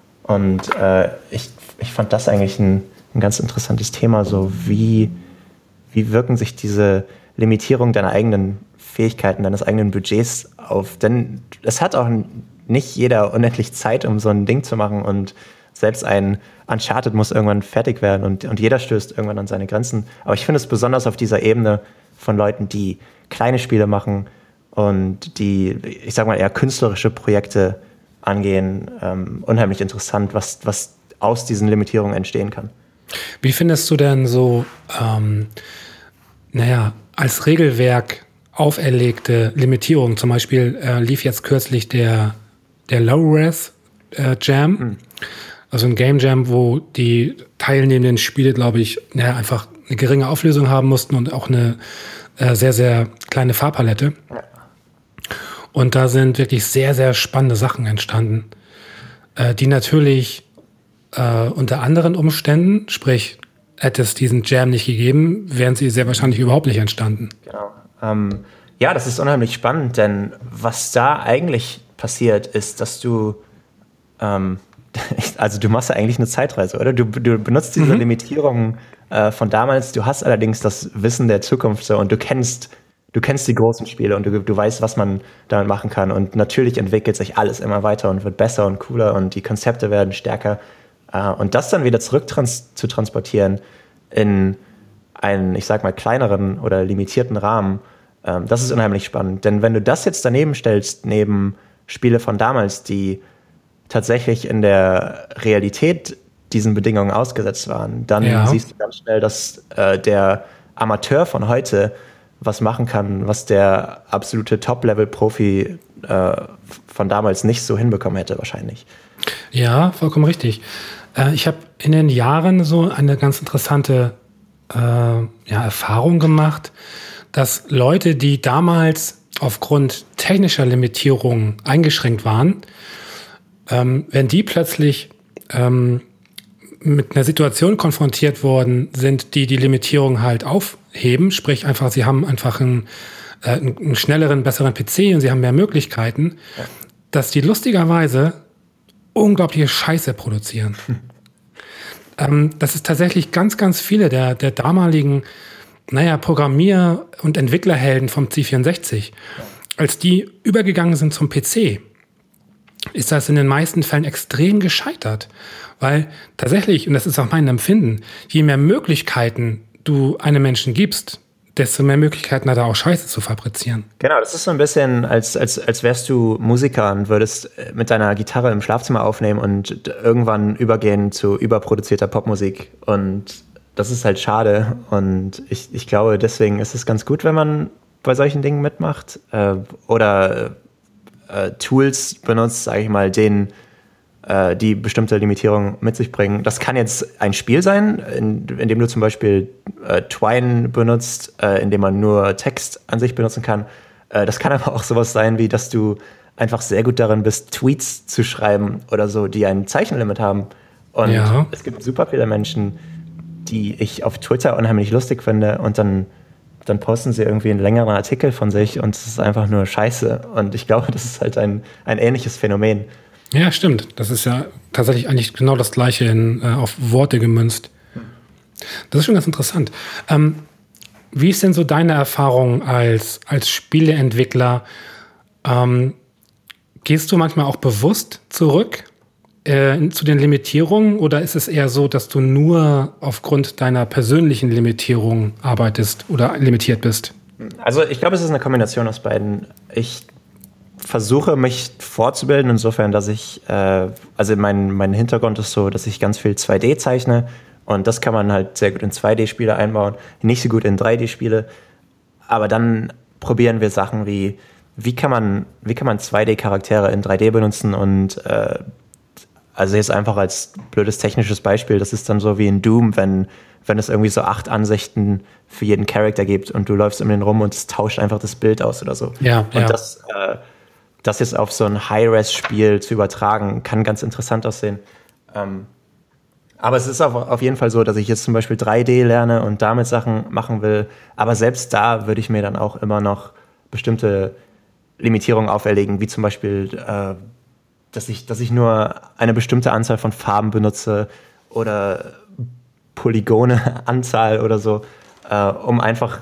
Und äh, ich, ich fand das eigentlich ein, ein ganz interessantes Thema, so wie, wie wirken sich diese Limitierungen deiner eigenen Fähigkeiten, deines eigenen Budgets auf. Denn es hat auch nicht jeder unendlich Zeit, um so ein Ding zu machen und selbst ein Uncharted muss irgendwann fertig werden und, und jeder stößt irgendwann an seine Grenzen. Aber ich finde es besonders auf dieser Ebene von Leuten, die kleine Spiele machen und die, ich sag mal, eher künstlerische Projekte angehen, ähm, unheimlich interessant, was, was aus diesen Limitierungen entstehen kann. Wie findest du denn so, ähm, naja, als Regelwerk auferlegte Limitierungen? Zum Beispiel äh, lief jetzt kürzlich der, der Low-Res äh, Jam, hm. also ein Game Jam, wo die teilnehmenden Spiele, glaube ich, naja, einfach eine geringe Auflösung haben mussten und auch eine äh, sehr, sehr kleine Farbpalette. Ja. Und da sind wirklich sehr, sehr spannende Sachen entstanden, äh, die natürlich äh, unter anderen Umständen, sprich, hätte es diesen Jam nicht gegeben, wären sie sehr wahrscheinlich überhaupt nicht entstanden. Genau. Ähm, ja, das ist unheimlich spannend, denn was da eigentlich passiert, ist, dass du, ähm, also du machst ja eigentlich eine Zeitreise, oder? Du, du benutzt diese mhm. Limitierungen äh, von damals, du hast allerdings das Wissen der Zukunft so und du kennst Du kennst die großen Spiele und du, du weißt, was man damit machen kann. Und natürlich entwickelt sich alles immer weiter und wird besser und cooler und die Konzepte werden stärker. Und das dann wieder zurück trans- zu transportieren in einen, ich sag mal, kleineren oder limitierten Rahmen, das ist unheimlich spannend. Denn wenn du das jetzt daneben stellst, neben Spiele von damals, die tatsächlich in der Realität diesen Bedingungen ausgesetzt waren, dann ja. siehst du ganz schnell, dass äh, der Amateur von heute was machen kann, was der absolute Top-Level-Profi äh, von damals nicht so hinbekommen hätte wahrscheinlich. Ja, vollkommen richtig. Äh, ich habe in den Jahren so eine ganz interessante äh, ja, Erfahrung gemacht, dass Leute, die damals aufgrund technischer Limitierungen eingeschränkt waren, ähm, wenn die plötzlich ähm, mit einer Situation konfrontiert worden sind, die die Limitierung halt aufheben, sprich einfach, sie haben einfach einen, äh, einen schnelleren, besseren P C und sie haben mehr Möglichkeiten, ja. dass die lustigerweise unglaubliche Scheiße produzieren. Hm. ähm, das ist tatsächlich ganz, ganz viele der, der damaligen, naja, Programmier- und Entwicklerhelden vom C vierundsechzig, ja. als die übergegangen sind zum P C, ist das in den meisten Fällen extrem gescheitert. Weil tatsächlich, und das ist auch mein Empfinden, je mehr Möglichkeiten du einem Menschen gibst, desto mehr Möglichkeiten hat er auch Scheiße zu fabrizieren. Genau, das ist so ein bisschen, als, als, als wärst du Musiker und würdest mit deiner Gitarre im Schlafzimmer aufnehmen und irgendwann übergehen zu überproduzierter Popmusik. Und das ist halt schade. Und ich, ich glaube, deswegen ist es ganz gut, wenn man bei solchen Dingen mitmacht. Äh, oder äh, Tools benutzt, sage ich mal, denen die bestimmte Limitierungen mit sich bringen. Das kann jetzt ein Spiel sein, in, in dem du zum Beispiel äh, Twine benutzt, äh, in dem man nur Text an sich benutzen kann. Äh, das kann aber auch sowas sein, wie dass du einfach sehr gut darin bist, Tweets zu schreiben oder so, die ein Zeichenlimit haben. Und ja. es gibt super viele Menschen, die ich auf Twitter unheimlich lustig finde und dann, dann posten sie irgendwie einen längeren Artikel von sich und es ist einfach nur Scheiße. Und ich glaube, das ist halt ein, ein ähnliches Phänomen. Ja, stimmt. Das ist ja tatsächlich eigentlich genau das Gleiche in, äh, auf Worte gemünzt. Das ist schon ganz interessant. Ähm, wie ist denn so deine Erfahrung als, als Spieleentwickler? Ähm, gehst du manchmal auch bewusst zurück äh, zu den Limitierungen oder ist es eher so, dass du nur aufgrund deiner persönlichen Limitierung arbeitest oder limitiert bist? Also ich glaube, es ist eine Kombination aus beiden. Ich versuche mich fortzubilden, insofern, dass ich, äh, also mein, mein Hintergrund ist so, dass ich ganz viel zwei D zeichne und das kann man halt sehr gut in zwei D-Spiele einbauen, nicht so gut in drei D-Spiele, aber dann probieren wir Sachen wie, wie kann man, wie kann man zwei D-Charaktere in drei D benutzen und äh, also jetzt einfach als blödes technisches Beispiel, das ist dann so wie in Doom, wenn, wenn es irgendwie so acht Ansichten für jeden Charakter gibt und du läufst um den rum und es tauscht einfach das Bild aus oder so. Ja, und ja. das äh, das jetzt auf so ein High-Res-Spiel zu übertragen, kann ganz interessant aussehen. Ähm, aber es ist auf, auf jeden Fall so, dass ich jetzt zum Beispiel drei D lerne und damit Sachen machen will. Aber selbst da würde ich mir dann auch immer noch bestimmte Limitierungen auferlegen, wie zum Beispiel, äh, dass ich, dass ich nur eine bestimmte Anzahl von Farben benutze oder Polygone-Anzahl oder so, äh, um einfach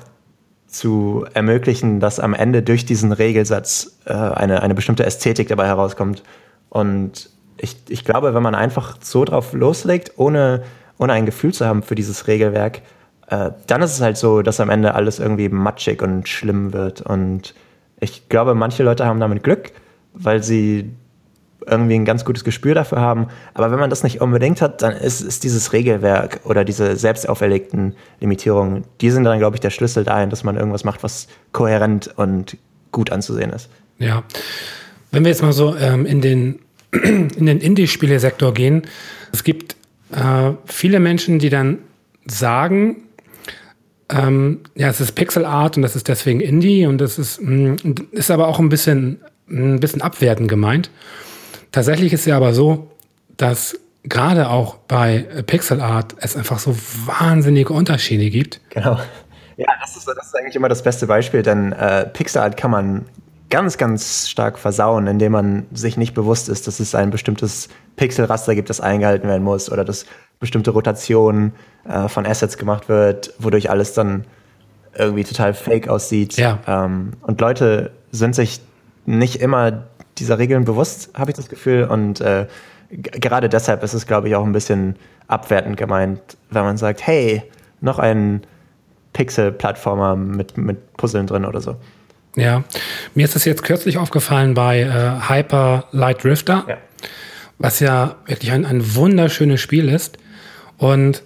zu ermöglichen, dass am Ende durch diesen Regelsatz äh, eine, eine bestimmte Ästhetik dabei herauskommt. Und ich, ich glaube, wenn man einfach so drauf loslegt, ohne, ohne ein Gefühl zu haben für dieses Regelwerk, äh, dann ist es halt so, dass am Ende alles irgendwie matschig und schlimm wird. Und ich glaube, manche Leute haben damit Glück, weil sie irgendwie ein ganz gutes Gespür dafür haben. Aber wenn man das nicht unbedingt hat, dann ist, ist dieses Regelwerk oder diese selbst auferlegten Limitierungen, die sind dann, glaube ich, der Schlüssel dahin, dass man irgendwas macht, was kohärent und gut anzusehen ist. Ja, wenn wir jetzt mal so ähm, in den, in den Indie-Spiele-Sektor gehen, es gibt äh, viele Menschen, die dann sagen, ähm, ja, es ist Pixel Art und das ist deswegen Indie und das ist, mh, ist aber auch ein bisschen, ein bisschen abwertend gemeint. Tatsächlich ist es ja aber so, dass gerade auch bei Pixel Art es einfach so wahnsinnige Unterschiede gibt. Genau. Ja, das ist, das ist eigentlich immer das beste Beispiel, denn äh, Pixel Art kann man ganz, ganz stark versauen, indem man sich nicht bewusst ist, dass es ein bestimmtes Pixelraster gibt, das eingehalten werden muss oder dass bestimmte Rotationen äh, von Assets gemacht wird, wodurch alles dann irgendwie total fake aussieht. Ja. Ähm, und Leute sind sich nicht immer dieser Regeln bewusst, habe ich das Gefühl. Und äh, g- gerade deshalb ist es, glaube ich, auch ein bisschen abwertend gemeint, wenn man sagt, hey, noch ein Pixel-Plattformer mit, mit Puzzeln drin oder so. Ja, mir ist es jetzt kürzlich aufgefallen bei äh, Hyper Light Drifter, Ja. was ja wirklich ein, ein wunderschönes Spiel ist. Und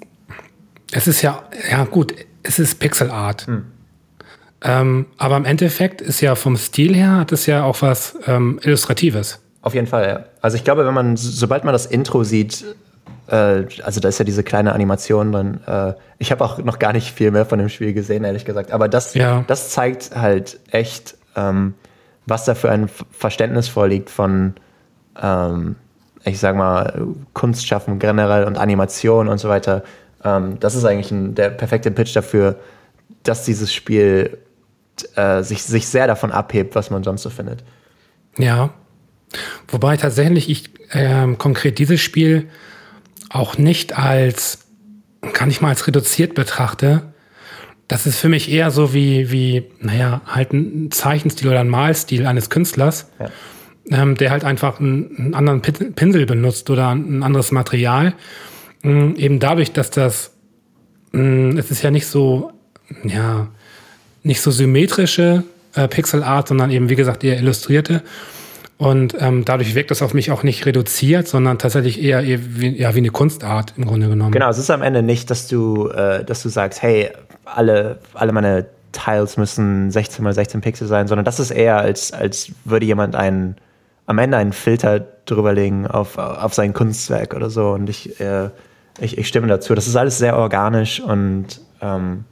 es ist ja, ja gut, es ist Pixel Art. Hm. Ähm, aber im Endeffekt ist ja vom Stil her, hat es ja auch was ähm, Illustratives. Auf jeden Fall, ja. Also ich glaube, wenn man, sobald man das Intro sieht, äh, also da ist ja diese kleine Animation drin. Äh, ich habe auch noch gar nicht viel mehr von dem Spiel gesehen, ehrlich gesagt. Aber das, ja. das zeigt halt echt, ähm, was da für ein Verständnis vorliegt von, ähm, ich sag mal, Kunstschaffen generell und Animation und so weiter. Ähm, das ist eigentlich ein, der perfekte Pitch dafür, dass dieses Spiel äh, sich, sich sehr davon abhebt, was man sonst so findet. Ja, wobei tatsächlich ich äh, konkret dieses Spiel auch nicht als, kann ich mal als reduziert betrachte. Das ist für mich eher so wie, wie naja, halt ein Zeichenstil oder ein Malstil eines Künstlers, ja. ähm, der halt einfach einen, einen anderen Pinsel benutzt oder ein anderes Material. Ähm, eben dadurch, dass das, ähm, es ist ja nicht so, ja, nicht so symmetrische äh, Pixelart, sondern eben, wie gesagt, eher illustrierte. Und ähm, dadurch wirkt das auf mich auch nicht reduziert, sondern tatsächlich eher, eher wie, ja, wie eine Kunstart im Grunde genommen. Genau, es ist am Ende nicht, dass du, äh, dass du sagst, hey, alle, alle meine Tiles müssen sechzehn mal sechzehn Pixel sein, sondern das ist eher, als, als würde jemand einen, am Ende einen Filter drüberlegen auf, auf sein Kunstwerk oder so. Und ich, äh, ich, ich stimme dazu. Das ist alles sehr organisch und ähm,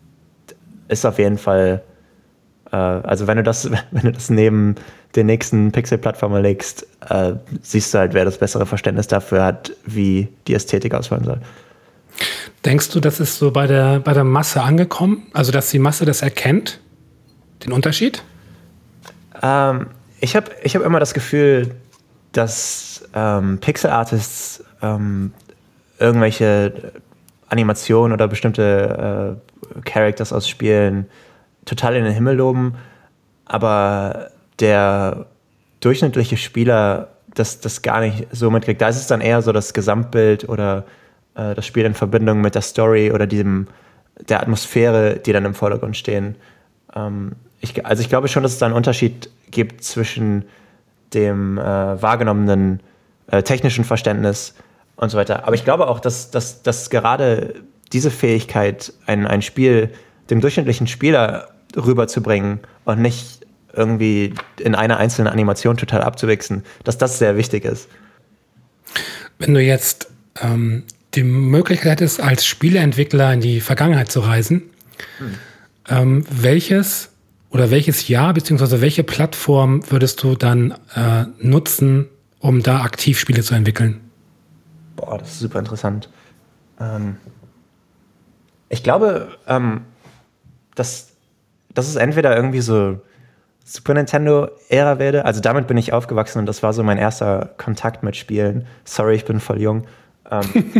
ist auf jeden Fall, äh, also wenn du das, wenn du das neben den nächsten Pixel-Plattformer legst, äh, siehst du halt, wer das bessere Verständnis dafür hat, wie die Ästhetik ausfallen soll. Denkst du, das ist so bei der, bei der Masse angekommen? Also, dass die Masse das erkennt? Den Unterschied? Ähm, ich habe ich hab immer das Gefühl, dass ähm, Pixel-Artists ähm, irgendwelche Animationen oder bestimmte äh, Characters aus Spielen total in den Himmel loben, aber der durchschnittliche Spieler das, das gar nicht so mitkriegt. Da ist es dann eher so das Gesamtbild oder äh, das Spiel in Verbindung mit der Story oder diesem, der Atmosphäre, die dann im Vordergrund stehen. Ähm, ich, also ich glaube schon, dass es da einen Unterschied gibt zwischen dem äh, wahrgenommenen äh, technischen Verständnis und so weiter. Aber ich glaube auch, dass, dass, dass gerade diese Fähigkeit, ein, ein Spiel dem durchschnittlichen Spieler rüberzubringen und nicht irgendwie in einer einzelnen Animation total abzuwichsen, dass das sehr wichtig ist. Wenn du jetzt ähm, die Möglichkeit hättest, als Spieleentwickler in die Vergangenheit zu reisen, hm. ähm, welches oder welches Jahr beziehungsweise welche Plattform würdest du dann äh, nutzen, um da aktiv Spiele zu entwickeln? Boah, das ist super interessant. Ähm, ich glaube, ähm, dass, dass es entweder irgendwie so Super Nintendo-Ära werde. Also damit bin ich aufgewachsen und das war so mein erster Kontakt mit Spielen. Sorry, ich bin voll jung. Ähm,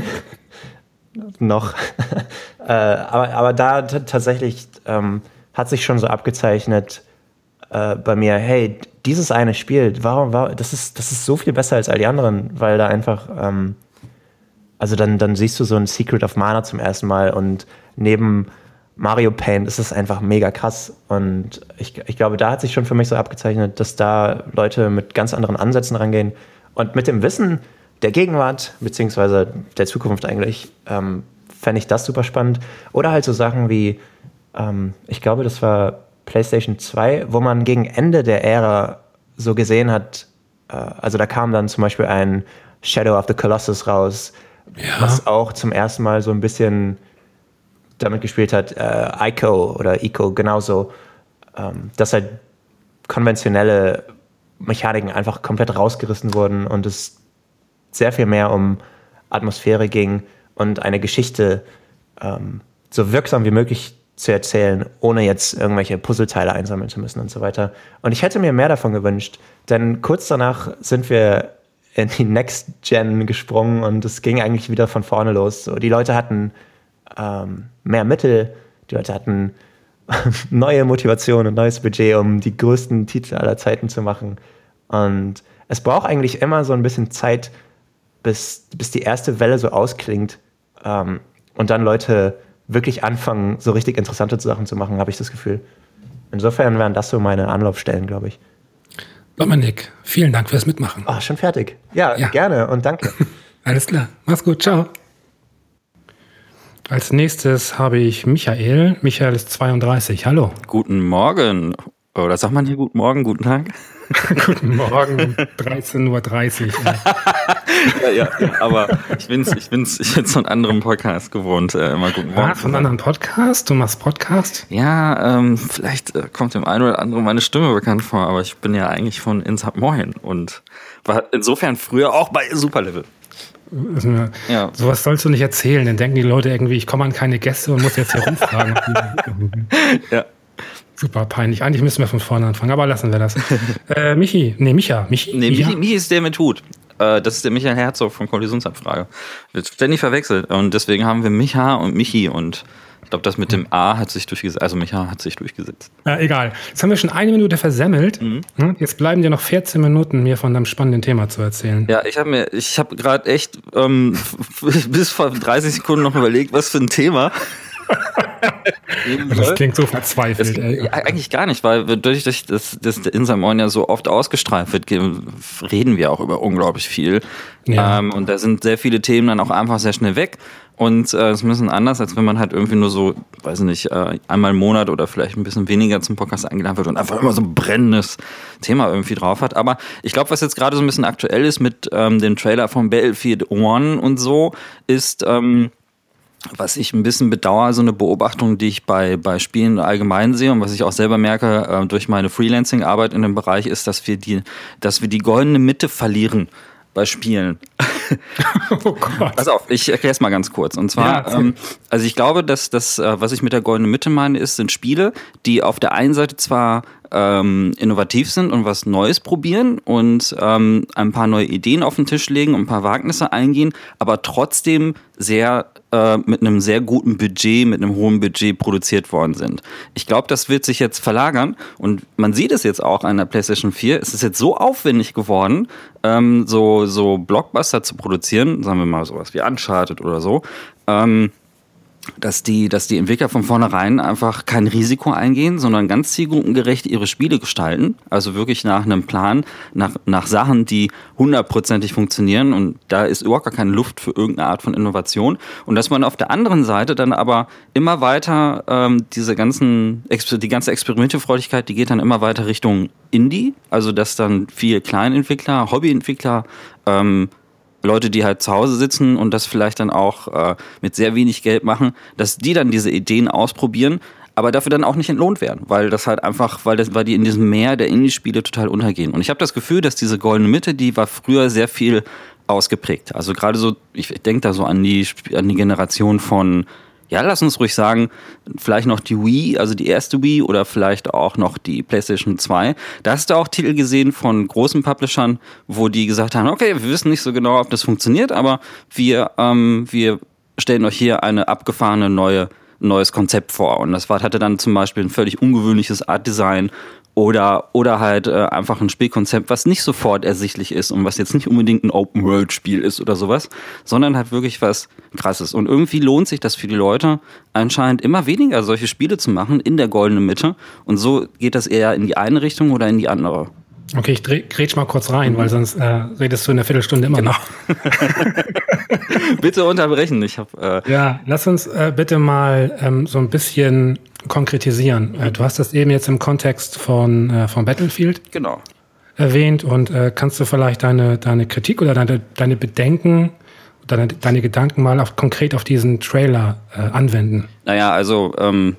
noch. äh, aber, aber da t- tatsächlich ähm, hat sich schon so abgezeichnet äh, bei mir, hey, dieses eine Spiel, warum, warum, das ist, das ist so viel besser als all die anderen, weil da einfach, ähm, also dann, dann siehst du so ein Secret of Mana zum ersten Mal und neben Mario Paint ist es einfach mega krass und ich, ich glaube, da hat sich schon für mich so abgezeichnet, dass da Leute mit ganz anderen Ansätzen rangehen und mit dem Wissen der Gegenwart, beziehungsweise der Zukunft eigentlich, ähm, fände ich das super spannend. Oder halt so Sachen wie, ähm, ich glaube, das war PlayStation zwei, wo man gegen Ende der Ära so gesehen hat, äh, also da kam dann zum Beispiel ein Shadow of the Colossus raus, ja. was auch zum ersten Mal so ein bisschen damit gespielt hat, äh, Ico oder Ico genauso, ähm, dass halt konventionelle Mechaniken einfach komplett rausgerissen wurden und es sehr viel mehr um Atmosphäre ging und eine Geschichte ähm, so wirksam wie möglich zu erzählen, ohne jetzt irgendwelche Puzzleteile einsammeln zu müssen und so weiter. Und ich hätte mir mehr davon gewünscht, denn kurz danach sind wir in die Next Gen gesprungen und es ging eigentlich wieder von vorne los. So, die Leute hatten ähm, mehr Mittel, die Leute hatten neue Motivation und neues Budget, um die größten Titel aller Zeiten zu machen. Und es braucht eigentlich immer so ein bisschen Zeit, bis, bis die erste Welle so ausklingt ähm, und dann Leute wirklich anfangen, so richtig interessante Sachen zu machen, habe ich das Gefühl. Insofern wären das so meine Anlaufstellen, glaube ich. Dominik, vielen Dank fürs Mitmachen. Ah, schon fertig. Ja, ja, gerne und danke. Alles klar. Mach's gut. Ciao. Als nächstes habe ich Michael. Michael ist zweiunddreißig. Hallo. Guten Morgen. Oder sagt man hier guten Morgen, guten Tag? Guten Morgen, dreizehn Uhr dreißig. ja, ja, ja, aber ich bin's, ich bin's, ich bin's von anderen Podcasts gewohnt, äh, immer guten Morgen. Ah, von anderen Podcasts? Du machst Podcast? Ja, ähm, vielleicht äh, kommt dem einen oder anderen meine Stimme bekannt vor, aber ich bin ja eigentlich von Inside Moin und war insofern früher auch bei Superlevel. Mir, ja. Sowas sollst du nicht erzählen, dann denken die Leute irgendwie, ich komme an keine Gäste und muss jetzt hier rumfragen. ja. Super peinlich. Eigentlich müssen wir von vorne anfangen, aber lassen wir das. äh, Michi, nee, Micha. Michi, nee, Michi, Michi ist der mit Hut. Äh, das ist der Michael Herzog von Kollisionsabfrage. Wird ständig verwechselt und deswegen haben wir Micha und Michi und ich glaube, das mit dem A hat sich durchgesetzt. Also Micha hat sich durchgesetzt. Ja, egal. Jetzt haben wir schon eine Minute versemmelt. Mhm. Jetzt bleiben dir noch vierzehn Minuten, mir von deinem spannenden Thema zu erzählen. Ja, ich habe mir, ich habe gerade echt ähm, bis vor dreißig Sekunden noch überlegt, was für ein Thema. Das klingt so verzweifelt. Das, ey. Eigentlich gar nicht, weil dadurch, dass das, das der Inside Moin ja so oft ausgestrahlt wird, reden wir auch über unglaublich viel. Ja. Ähm, und da sind sehr viele Themen dann auch einfach sehr schnell weg. Und äh, es ist ein bisschen anders, als wenn man halt irgendwie nur so, weiß nicht, äh, einmal im Monat oder vielleicht ein bisschen weniger zum Podcast eingeladen wird und einfach immer so ein brennendes Thema irgendwie drauf hat. Aber ich glaube, was jetzt gerade so ein bisschen aktuell ist mit ähm, dem Trailer von Battlefield One und so, ist... Ähm, was ich ein bisschen bedauere, so eine Beobachtung, die ich bei, bei Spielen allgemein sehe und was ich auch selber merke äh, durch meine Freelancing-Arbeit in dem Bereich, ist, dass wir die, dass wir die goldene Mitte verlieren bei Spielen. Oh Gott. Pass auf, ich erkläre es mal ganz kurz. Und zwar, ja, ähm, also ich glaube, dass das, äh, was ich mit der goldenen Mitte meine, ist, sind Spiele, die auf der einen Seite zwar ähm, innovativ sind und was Neues probieren und ähm, ein paar neue Ideen auf den Tisch legen und ein paar Wagnisse eingehen, aber trotzdem sehr äh, mit einem sehr guten Budget, mit einem hohen Budget produziert worden sind. Ich glaube, das wird sich jetzt verlagern und man sieht es jetzt auch an der PlayStation vier. Es ist jetzt so aufwendig geworden, ähm, so, so Blockbuster zu produzieren, sagen wir mal sowas wie Uncharted oder so, ähm, dass die, dass die Entwickler von vornherein einfach kein Risiko eingehen, sondern ganz zielgruppengerecht ihre Spiele gestalten. Also wirklich nach einem Plan, nach, nach Sachen, die hundertprozentig funktionieren. Und da ist überhaupt gar keine Luft für irgendeine Art von Innovation. Und dass man auf der anderen Seite dann aber immer weiter ähm, diese ganzen, die ganze Experimentierfreudigkeit, die geht dann immer weiter Richtung Indie. Also dass dann viele Kleinentwickler, Hobbyentwickler, ähm, Leute, die halt zu Hause sitzen und das vielleicht dann auch äh, mit sehr wenig Geld machen, dass die dann diese Ideen ausprobieren, aber dafür dann auch nicht entlohnt werden, weil das halt einfach, weil das, weil die in diesem Meer der Indie-Spiele total untergehen. Und ich habe das Gefühl, dass diese goldene Mitte, die war früher sehr viel ausgeprägt. Also gerade so, ich denke da so an die an die Generation von, ja, lass uns ruhig sagen, vielleicht noch die Wii, also die erste Wii oder vielleicht auch noch die PlayStation zwei. Da hast du auch Titel gesehen von großen Publishern, wo die gesagt haben, okay, wir wissen nicht so genau, ob das funktioniert, aber wir, ähm, wir stellen euch hier eine abgefahrene neue, neues Konzept vor. Und das war, hatte dann zum Beispiel ein völlig ungewöhnliches Art-Design oder, oder halt äh, einfach ein Spielkonzept, was nicht sofort ersichtlich ist und was jetzt nicht unbedingt ein Open-World-Spiel ist oder sowas, sondern halt wirklich was Krasses. Und irgendwie lohnt sich das für die Leute anscheinend immer weniger, solche Spiele zu machen in der goldenen Mitte. Und so geht das eher in die eine Richtung oder in die andere. Okay, ich dreh, grätsch mal kurz rein, weil sonst äh, redest du in einer Viertelstunde immer genau. noch. Bitte unterbrechen. Ich hab, äh ja, lass uns äh, bitte mal ähm, so ein bisschen konkretisieren. Äh, du hast das eben jetzt im Kontext von, äh, von Battlefield genau. erwähnt und äh, kannst du vielleicht deine, deine Kritik oder deine, deine Bedenken, deine, deine Gedanken mal auf, konkret auf diesen Trailer äh, anwenden? Naja, also ähm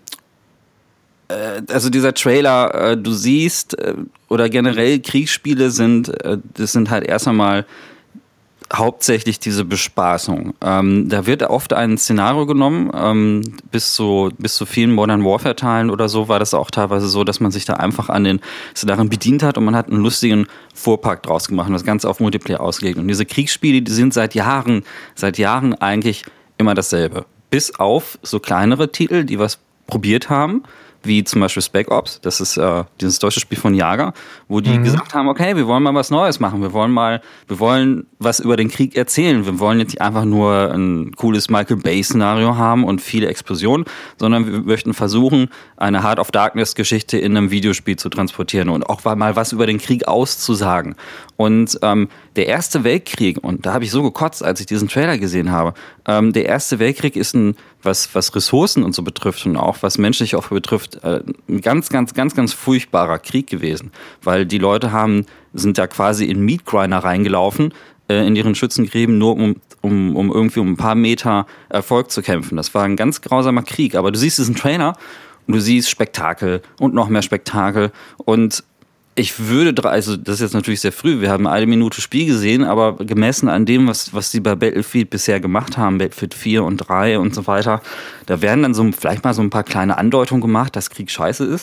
Also dieser Trailer, äh, du siehst, äh, oder generell Kriegsspiele sind, äh, das sind halt erst einmal hauptsächlich diese Bespaßung. Ähm, da wird oft ein Szenario genommen, ähm, bis zu, bis zu vielen Modern Warfare-Teilen oder so war das auch teilweise so, dass man sich da einfach an den Szenarien bedient hat und man hat einen lustigen Fuhrpark draus gemacht und das Ganze auf Multiplayer ausgelegt. Und diese Kriegsspiele, die sind seit Jahren, seit Jahren eigentlich immer dasselbe. Bis auf so kleinere Titel, die was probiert haben, wie zum Beispiel Spec Ops, das ist äh, dieses deutsche Spiel von Jager, wo die mhm. gesagt haben, okay, wir wollen mal was Neues machen, wir wollen mal, wir wollen was über den Krieg erzählen, wir wollen jetzt nicht einfach nur ein cooles Michael Bay-Szenario haben und viele Explosionen, sondern wir möchten versuchen, eine Heart of Darkness-Geschichte in einem Videospiel zu transportieren und auch mal was über den Krieg auszusagen. Und ähm, der Erste Weltkrieg, und da habe ich so gekotzt, als ich diesen Trailer gesehen habe, ähm, der Erste Weltkrieg ist ein, was, was Ressourcen und so betrifft und auch was menschliche Opfer betrifft, betrifft, äh, ein ganz, ganz, ganz, ganz furchtbarer Krieg gewesen. Weil die Leute haben, sind da quasi in Meatgrinder reingelaufen, äh, in ihren Schützengräben, nur um, um, um irgendwie um ein paar Meter Erfolg zu kämpfen. Das war ein ganz grausamer Krieg. Aber du siehst diesen Trailer und du siehst Spektakel und noch mehr Spektakel. Und ich würde, also das ist jetzt natürlich sehr früh, wir haben eine Minute Spiel gesehen, aber gemessen an dem, was, was sie bei Battlefield bisher gemacht haben, Battlefield vier und drei und so weiter, da werden dann so vielleicht mal so ein paar kleine Andeutungen gemacht, dass Krieg scheiße ist.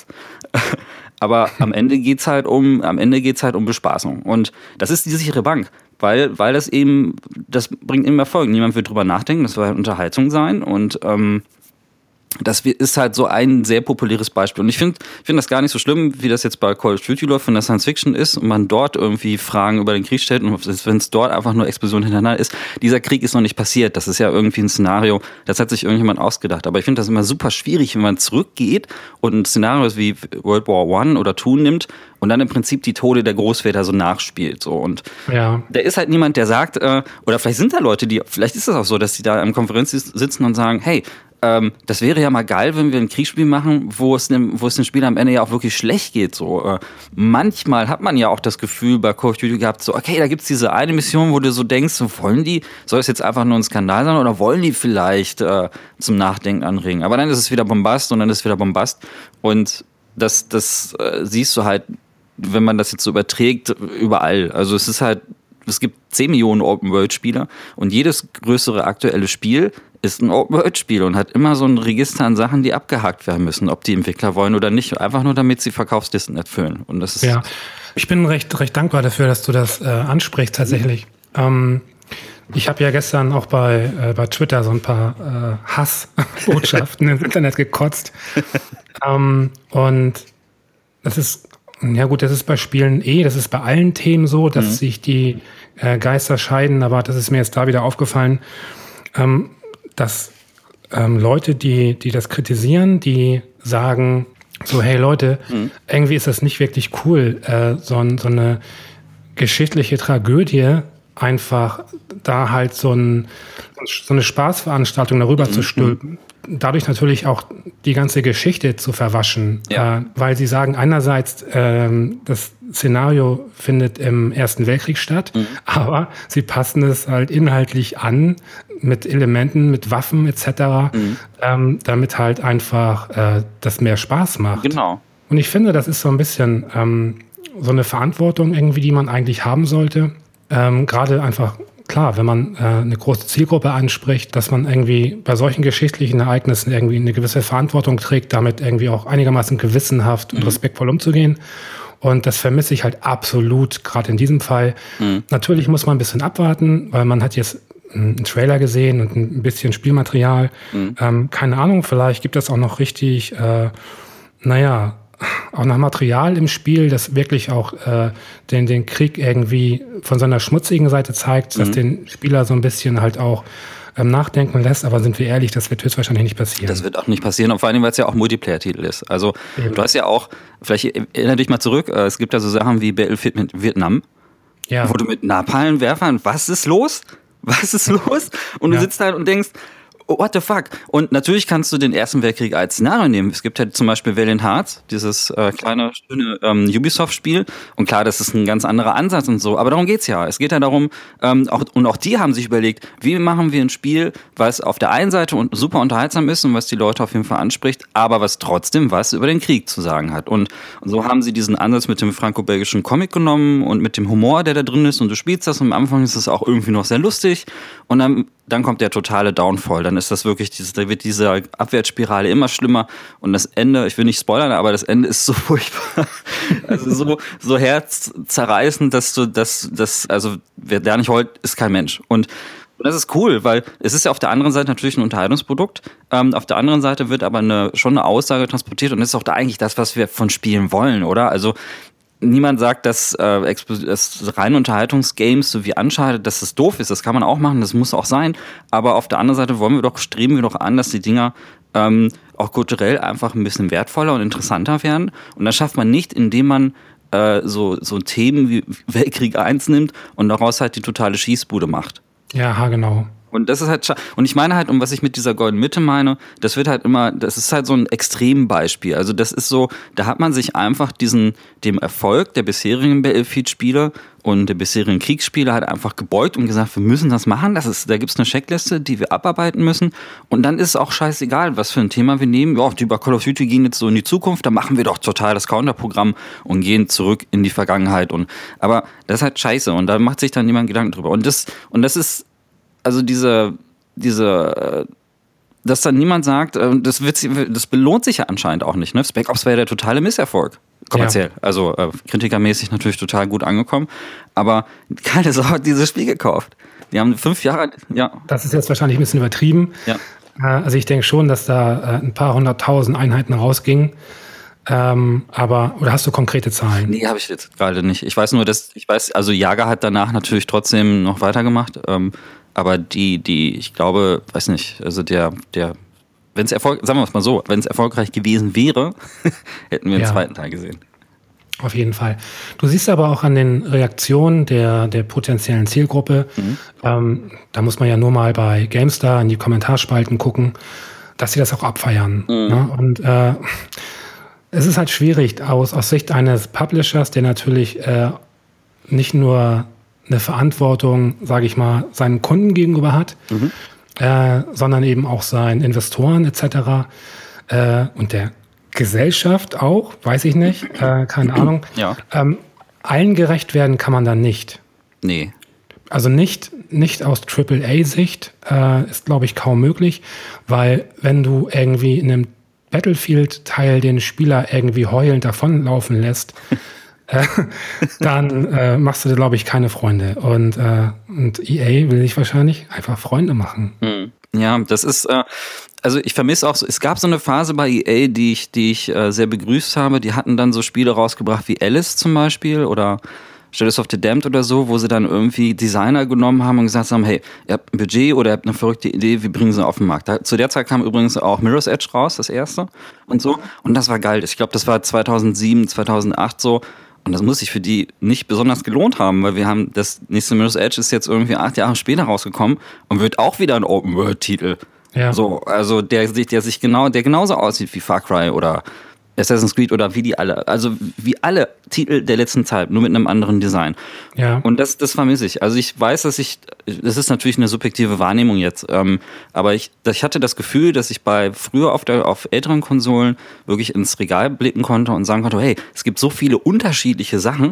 Aber am Ende geht's halt um, am Ende geht's halt um Bespaßung. Und das ist die sichere Bank. Weil, weil das eben, das bringt immer Erfolg. Niemand wird drüber nachdenken, das soll halt Unterhaltung sein. Und ähm, das ist halt so ein sehr populäres Beispiel. Und ich finde ich finde das gar nicht so schlimm, wie das jetzt bei Call of Duty läuft, wenn das Science Fiction ist und man dort irgendwie Fragen über den Krieg stellt und wenn es dort einfach nur Explosionen hintereinander ist. Dieser Krieg ist noch nicht passiert. Das ist ja irgendwie ein Szenario, das hat sich irgendjemand ausgedacht. Aber ich finde das immer super schwierig, wenn man zurückgeht und ein Szenario wie World War One oder Two nimmt und dann im Prinzip die Tode der Großväter so nachspielt. So. Und ja. Da ist halt niemand, der sagt, äh, oder vielleicht sind da Leute, die, vielleicht ist das auch so, dass die da im Konferenz sitzen und sagen, hey, Ähm, das wäre ja mal geil, wenn wir ein Kriegsspiel machen, wo es dem, wo es dem Spieler am Ende ja auch wirklich schlecht geht. So, äh, manchmal hat man ja auch das Gefühl bei Call of Duty gehabt, so, okay, da gibt's diese eine Mission, wo du so denkst, so, wollen die, soll es jetzt einfach nur ein Skandal sein oder wollen die vielleicht äh, zum Nachdenken anregen? Aber dann ist es wieder Bombast und dann ist es wieder Bombast. Und das, das äh, siehst du halt, wenn man das jetzt so überträgt, überall. Also es ist halt, es gibt zehn Millionen Open-World-Spieler und jedes größere aktuelle Spiel ist ein Open-World-Spiel und hat immer so ein Register an Sachen, die abgehakt werden müssen, ob die Entwickler wollen oder nicht. Einfach nur, damit sie Verkaufslisten erfüllen. Und das ist ja, ich bin recht, recht dankbar dafür, dass du das äh, ansprichst tatsächlich. Mhm. Ähm, ich habe ja gestern auch bei, äh, bei Twitter so ein paar äh, Hassbotschaften ins Internet gekotzt. ähm, und das ist, ja gut, das ist bei Spielen eh, das ist bei allen Themen so, dass mhm. sich die äh, Geister scheiden, aber das ist mir jetzt da wieder aufgefallen, ähm, dass ähm, Leute, die, die das kritisieren, die sagen so, hey Leute, mhm. irgendwie ist das nicht wirklich cool, äh, so, so eine geschichtliche Tragödie einfach da halt so, ein, so eine Spaßveranstaltung darüber mhm. zu stülpen. Dadurch natürlich auch die ganze Geschichte zu verwaschen, ja. äh, weil sie sagen einerseits, ähm, das Szenario findet im Ersten Weltkrieg statt, mhm. aber sie passen es halt inhaltlich an mit Elementen, mit Waffen et cetera, mhm. ähm, damit halt einfach äh, das mehr Spaß macht. Genau. Und ich finde, das ist so ein bisschen ähm, so eine Verantwortung irgendwie, die man eigentlich haben sollte. Ähm, gerade einfach klar, wenn man äh, eine große Zielgruppe anspricht, dass man irgendwie bei solchen geschichtlichen Ereignissen irgendwie eine gewisse Verantwortung trägt, damit irgendwie auch einigermaßen gewissenhaft mhm. und respektvoll umzugehen. Und das vermisse ich halt absolut, gerade in diesem Fall. Mhm. Natürlich muss man ein bisschen abwarten, weil man hat jetzt einen Trailer gesehen und ein bisschen Spielmaterial. Mhm. Ähm, keine Ahnung, vielleicht gibt es auch noch richtig, äh, naja, auch noch Material im Spiel, das wirklich auch äh, den, den Krieg irgendwie von seiner schmutzigen Seite zeigt, mhm. dass den Spieler so ein bisschen halt auch ähm, nachdenken lässt. Aber sind wir ehrlich, das wird höchstwahrscheinlich nicht passieren. Das wird auch nicht passieren, und vor allem, weil es ja auch Multiplayer-Titel ist. Also Eben. du hast ja auch, vielleicht erinnere dich mal zurück, äh, es gibt ja so Sachen wie Battlefield mit Vietnam, ja. wo du mit Napalmwerfern, was ist los? Was ist los? Und ja. du sitzt da und denkst, oh, what the fuck? Und natürlich kannst du den Ersten Weltkrieg als Szenario nehmen. Es gibt halt zum Beispiel Valiant Hearts, dieses äh, kleine, schöne ähm, Ubisoft-Spiel. Und klar, das ist ein ganz anderer Ansatz und so. Aber darum geht's ja. Es geht ja darum, ähm, auch, und auch die haben sich überlegt, wie machen wir ein Spiel, was auf der einen Seite und super unterhaltsam ist und was die Leute auf jeden Fall anspricht, aber was trotzdem was über den Krieg zu sagen hat. Und, und so haben sie diesen Ansatz mit dem franco-belgischen Comic genommen und mit dem Humor, der da drin ist. Und du spielst das und am Anfang ist es auch irgendwie noch sehr lustig. Und dann, dann kommt der totale Downfall. Dann ist das wirklich, dieses, da wird diese Abwärtsspirale immer schlimmer und das Ende, ich will nicht spoilern, aber das Ende ist so furchtbar, also so, so herzzerreißend, dass du, das, das, also wer da nicht heult, ist kein Mensch. Und Und das ist cool, weil es ist ja auf der anderen Seite natürlich ein Unterhaltungsprodukt. Ähm, auf der anderen Seite wird aber eine, schon eine Aussage transportiert und das ist auch da eigentlich das, was wir von Spielen wollen, oder? Also niemand sagt, dass, äh, dass reine Unterhaltungsgames so wie Uncharted, dass das doof ist. Das kann man auch machen, das muss auch sein. Aber auf der anderen Seite wollen wir doch, streben wir doch an, dass die Dinger ähm, auch kulturell einfach ein bisschen wertvoller und interessanter werden. Und das schafft man nicht, indem man äh, so, so Themen wie Weltkrieg eins nimmt und daraus halt die totale Schießbude macht. Ja, genau. Und das ist halt, und ich meine halt, um was ich mit dieser goldenen Mitte meine, das wird halt immer, das ist halt so ein Extrembeispiel. Also das ist so, da hat man sich einfach diesen, dem Erfolg der bisherigen Battlefield-Spiele und der bisherigen Kriegsspiele halt einfach gebeugt und gesagt, wir müssen das machen, das ist, da gibt's eine Checkliste, die wir abarbeiten müssen. Und dann ist es auch scheißegal, was für ein Thema wir nehmen. Ja, die bei Call of Duty gehen jetzt so in die Zukunft, da machen wir doch total das Counterprogramm und gehen zurück in die Vergangenheit. Und, aber das ist halt scheiße und da macht sich dann niemand Gedanken drüber. Und das, und das ist, also diese, diese, dass dann niemand sagt, das, wird, das belohnt sich ja anscheinend auch nicht. Ne? Spec Ops war ja der totale Misserfolg. Kommerziell. Ja. Also äh, kritikermäßig natürlich total gut angekommen. Aber keine Sau hat dieses Spiel gekauft. Die haben fünf Jahre, ja. Das ist jetzt wahrscheinlich ein bisschen übertrieben. Ja. Äh, also ich denke schon, dass da äh, ein paar hunderttausend Einheiten rausgingen. Ähm, aber, oder hast du konkrete Zahlen? Nee, habe ich jetzt gerade nicht. Ich weiß nur, dass, ich weiß, also Jager hat danach natürlich trotzdem noch weitergemacht. Ähm, aber die, die, ich glaube, weiß nicht, also der, der, wenn es Erfolg, sagen wir es mal so, wenn es erfolgreich gewesen wäre, hätten wir den ja. zweiten Teil gesehen. Auf jeden Fall. Du siehst aber auch an den Reaktionen der, der potenziellen Zielgruppe, mhm. ähm, da muss man ja nur mal bei GameStar in die Kommentarspalten gucken, dass sie das auch abfeiern. Mhm. Ne? Und äh, es ist halt schwierig aus, aus Sicht eines Publishers, der natürlich äh, nicht nur eine Verantwortung, sage ich mal, seinen Kunden gegenüber hat, mhm. äh, sondern eben auch seinen Investoren et cetera äh, und der Gesellschaft auch, weiß ich nicht, äh, keine Ahnung. Ja. Ähm, allen gerecht werden kann man dann nicht. Nee. Also nicht, nicht aus Triple A Sicht äh, ist, glaube ich, kaum möglich, weil wenn du irgendwie in einem Battlefield-Teil den Spieler irgendwie heulend davonlaufen lässt, äh, dann äh, machst du dir, glaube ich, keine Freunde. Und, äh, und E A will sich wahrscheinlich einfach Freunde machen. Ja, das ist, äh, also ich vermisse auch, so, es gab so eine Phase bei E A, die ich, die ich äh, sehr begrüßt habe. Die hatten dann so Spiele rausgebracht wie Alice zum Beispiel oder Shadows of the Damned oder so, wo sie dann irgendwie Designer genommen haben und gesagt haben, hey, ihr habt ein Budget oder ihr habt eine verrückte Idee, wir bringen sie auf den Markt. Da, zu der Zeit kam übrigens auch Mirror's Edge raus, das erste und so. Und das war geil. Ich glaube, das war zweitausendsieben, zweitausendacht so. Und das muss sich für die nicht besonders gelohnt haben, weil wir haben, das nächste Mirror's Edge ist jetzt irgendwie acht Jahre später rausgekommen und wird auch wieder ein Open-World-Titel. Ja. So, also der sich, der sich genau, der genauso aussieht wie Far Cry oder Assassin's Creed oder wie die alle, also wie alle Titel der letzten Zeit, nur mit einem anderen Design. Ja. Und das, das vermisse ich. Also ich weiß, dass ich, das ist natürlich eine subjektive Wahrnehmung jetzt, ähm, aber ich, ich hatte das Gefühl, dass ich bei früher auf der, auf älteren Konsolen wirklich ins Regal blicken konnte und sagen konnte, hey, es gibt so viele unterschiedliche Sachen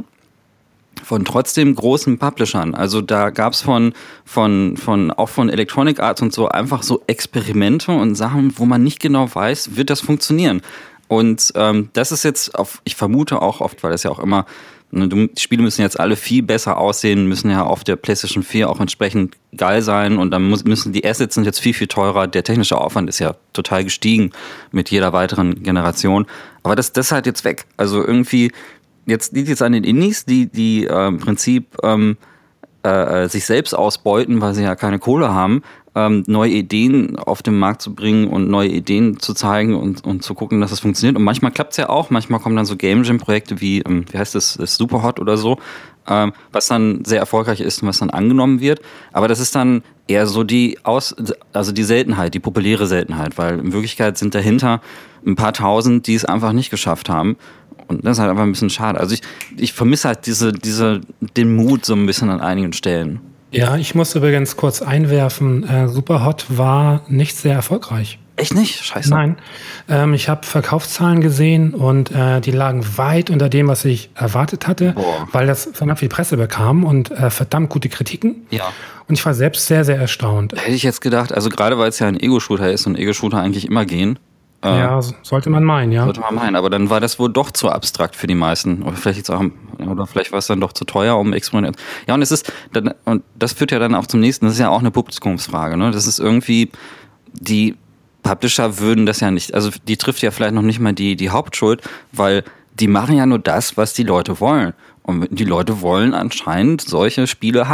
von trotzdem großen Publishern. Also da gab's von, von, von, auch von Electronic Arts und so einfach so Experimente und Sachen, wo man nicht genau weiß, wird das funktionieren. Und ähm, das ist jetzt, auf, ich vermute auch oft, weil das ja auch immer, ne, die Spiele müssen jetzt alle viel besser aussehen, müssen ja auf der PlayStation vier auch entsprechend geil sein und dann muss, müssen die Assets sind jetzt viel, viel teurer. Der technische Aufwand ist ja total gestiegen mit jeder weiteren Generation. Aber das, das ist halt jetzt weg. Also irgendwie, jetzt liegt jetzt an den Indies, die, die äh, im Prinzip ähm, äh, sich selbst ausbeuten, weil sie ja keine Kohle haben, ähm, neue Ideen auf den Markt zu bringen und neue Ideen zu zeigen und, und zu gucken, dass es funktioniert. Und manchmal klappt es ja auch, manchmal kommen dann so Game Jam-Projekte wie, ähm, wie heißt das, das Superhot oder so, ähm, was dann sehr erfolgreich ist und was dann angenommen wird. Aber das ist dann eher so die Aus, also die Seltenheit, die populäre Seltenheit, weil in Wirklichkeit sind dahinter ein paar Tausend, die es einfach nicht geschafft haben. Und das ist halt einfach ein bisschen schade. Also ich, ich vermisse halt diese, diese, den Mut so ein bisschen an einigen Stellen. Ja, ich muss übrigens kurz einwerfen, äh, Superhot war nicht sehr erfolgreich. Echt nicht? Scheiße. Nein. Ähm, ich habe Verkaufszahlen gesehen und äh, die lagen weit unter dem, was ich erwartet hatte, Boah. weil das verdammt viel Presse bekam und äh, verdammt gute Kritiken. Ja. Und ich war selbst sehr, sehr erstaunt. Hätte ich jetzt gedacht, also gerade weil es ja ein Ego-Shooter ist und Ego-Shooter eigentlich immer gehen. Äh, ja, sollte man meinen, ja. Sollte man meinen, aber dann war das wohl doch zu abstrakt für die meisten. Oder vielleicht jetzt auch, oder vielleicht war es dann doch zu teuer, um Experiment. Ja, und es ist, dann, und das führt ja dann auch zum nächsten, das ist ja auch eine Publikumsfrage, ne? Das ist irgendwie, die Publisher würden das ja nicht, also die trifft ja vielleicht noch nicht mal die, die Hauptschuld, weil die machen ja nur das, was die Leute wollen. Und die Leute wollen anscheinend solche Spiele haben.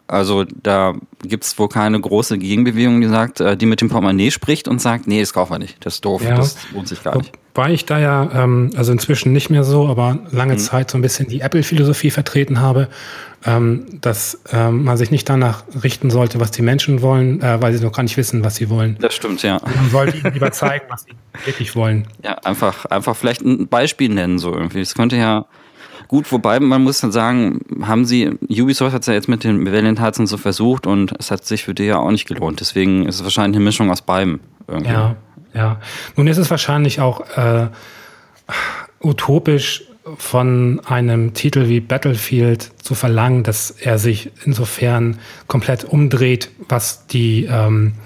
Also da gibt es wohl keine große Gegenbewegung, die sagt, äh, die mit dem Portemonnaie spricht und sagt, nee, das kaufen wir nicht, das ist doof, ja. Das lohnt sich gar nicht. Wobei ich da ja, ähm, also inzwischen nicht mehr so, aber lange mhm. Zeit so ein bisschen die Apple-Philosophie vertreten habe, ähm, dass ähm, man sich nicht danach richten sollte, was die Menschen wollen, äh, weil sie noch gar nicht wissen, was sie wollen. Das stimmt, ja. Man sollte ihnen lieber zeigen, was sie wirklich wollen. Ja, einfach, einfach vielleicht ein Beispiel nennen, so irgendwie. Das könnte ja gut, wobei man muss dann sagen, haben sie, Ubisoft hat es ja jetzt mit den Valiant Hearts und so versucht und es hat sich für die ja auch nicht gelohnt. Deswegen ist es wahrscheinlich eine Mischung aus beidem. Irgendwie. Ja, ja. Nun ist es wahrscheinlich auch äh, utopisch von einem Titel wie Battlefield zu verlangen, dass er sich insofern komplett umdreht, was die, ähm,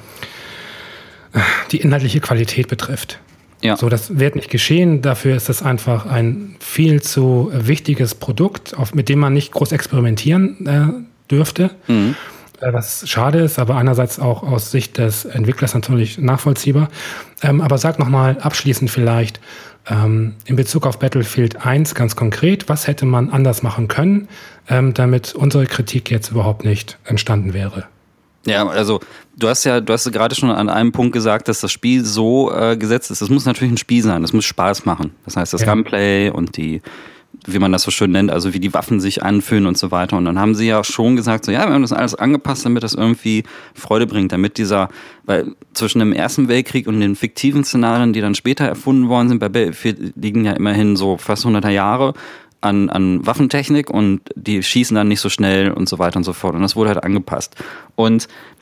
die inhaltliche Qualität betrifft. Ja. So, das wird nicht geschehen. Dafür ist es einfach ein viel zu wichtiges Produkt, auf, mit dem man nicht groß experimentieren äh, dürfte. Mhm. Äh, was schade ist, aber einerseits auch aus Sicht des Entwicklers natürlich nachvollziehbar. Ähm, aber sag nochmal abschließend vielleicht ähm, in Bezug auf Battlefield eins ganz konkret, was hätte man anders machen können, ähm, damit unsere Kritik jetzt überhaupt nicht entstanden wäre? Ja, also du hast ja, du hast ja gerade schon an einem Punkt gesagt, dass das Spiel so äh, gesetzt ist. Es muss natürlich ein Spiel sein, es muss Spaß machen. Das heißt, das ja. Gunplay und die, wie man das so schön nennt, also wie die Waffen sich anfühlen und so weiter. Und dann haben sie ja schon gesagt, so ja, wir haben das alles angepasst, damit das irgendwie Freude bringt, damit dieser, weil zwischen dem Ersten Weltkrieg und den fiktiven Szenarien, die dann später erfunden worden sind, bei Battlefield liegen ja immerhin so fast hunderter Jahre. An, an Waffentechnik und die schießen dann nicht so schnell und so weiter und so fort. Und das wurde halt angepasst. Und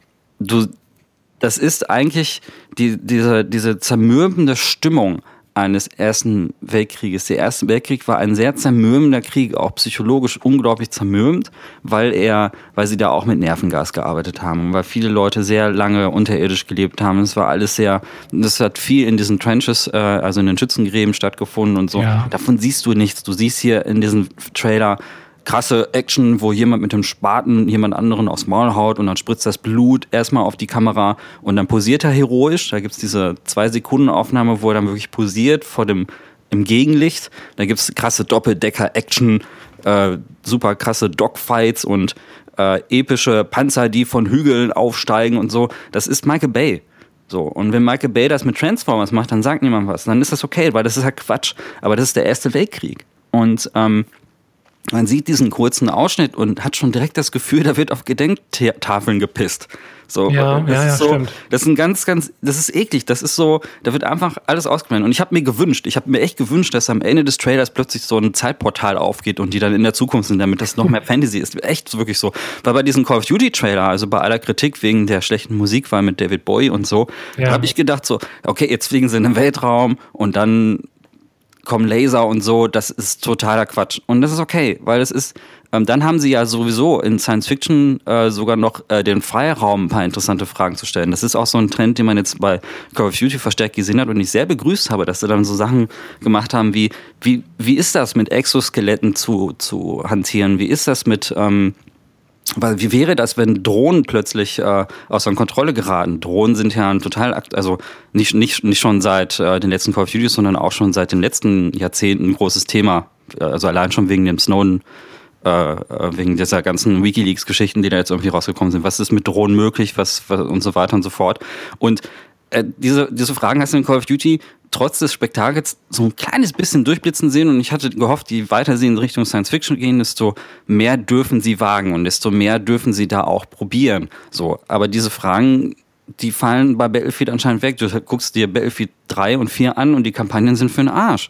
du, das ist eigentlich die, diese, diese zermürbende Stimmung eines Ersten Weltkrieges. Der Erste Weltkrieg war ein sehr zermürbender Krieg, auch psychologisch unglaublich zermürbend, weil er, weil sie da auch mit Nervengas gearbeitet haben und weil viele Leute sehr lange unterirdisch gelebt haben. Es war alles sehr, das hat viel in diesen Trenches, äh, also in den Schützengräben stattgefunden und so. Ja. Davon siehst du nichts. Du siehst hier in diesem Trailer krasse Action, wo jemand mit dem Spaten jemand anderen aufs Maul haut und dann spritzt das Blut erstmal auf die Kamera und dann posiert er heroisch. Da gibt's diese zwei Sekunden Aufnahme, wo er dann wirklich posiert vor dem im Gegenlicht. Da gibt's krasse Doppeldecker-Action, äh, super krasse Dogfights und äh, epische Panzer, die von Hügeln aufsteigen und so. Das ist Michael Bay. So, und wenn Michael Bay das mit Transformers macht, dann sagt niemand was. Dann ist das okay, weil das ist halt Quatsch. Aber das ist der Erste Weltkrieg. Und ähm, man sieht diesen kurzen Ausschnitt und hat schon direkt das Gefühl, da wird auf Gedenktafeln gepisst. So, ja, das ja, ist ja, so, stimmt. das ist ein ganz, ganz, das ist eklig. Das ist so, da wird einfach alles ausgeblendet. Und ich habe mir gewünscht, ich habe mir echt gewünscht, dass am Ende des Trailers plötzlich so ein Zeitportal aufgeht und die dann in der Zukunft sind, damit das noch mehr Fantasy ist. Echt wirklich so. Weil bei diesem Call of Duty Trailer, also bei aller Kritik wegen der schlechten Musikwahl mit David Bowie und so, ja. habe ich gedacht so, okay, jetzt fliegen sie in den Weltraum und dann kommen Laser und so, das ist totaler Quatsch. Und das ist okay, weil es ist, ähm, dann haben sie ja sowieso in Science Fiction äh, sogar noch äh, den Freiraum, ein paar interessante Fragen zu stellen. Das ist auch so ein Trend, den man jetzt bei Call of Duty verstärkt gesehen hat und ich sehr begrüßt habe, dass sie dann so Sachen gemacht haben wie, wie, wie ist das mit Exoskeletten zu, zu hantieren? Wie ist das mit, ähm, weil wie wäre das, wenn Drohnen plötzlich äh, außer Kontrolle geraten? Drohnen sind ja ein total, also nicht nicht nicht schon seit äh, den letzten Call of Duty, sondern auch schon seit den letzten Jahrzehnten ein großes Thema. Also allein schon wegen dem Snowden, äh, wegen dieser ganzen WikiLeaks-Geschichten, die da jetzt irgendwie rausgekommen sind. Was ist mit Drohnen möglich? Was, was und so weiter und so fort. Und äh, diese diese Fragen hast du in Call of Duty trotz des Spektakels so ein kleines bisschen durchblitzen sehen und ich hatte gehofft, je weiter sie in Richtung Science Fiction gehen, desto mehr dürfen sie wagen und desto mehr dürfen sie da auch probieren. So, aber diese Fragen, die fallen bei Battlefield anscheinend weg. Du guckst dir Battlefield drei und vier an und die Kampagnen sind für den Arsch.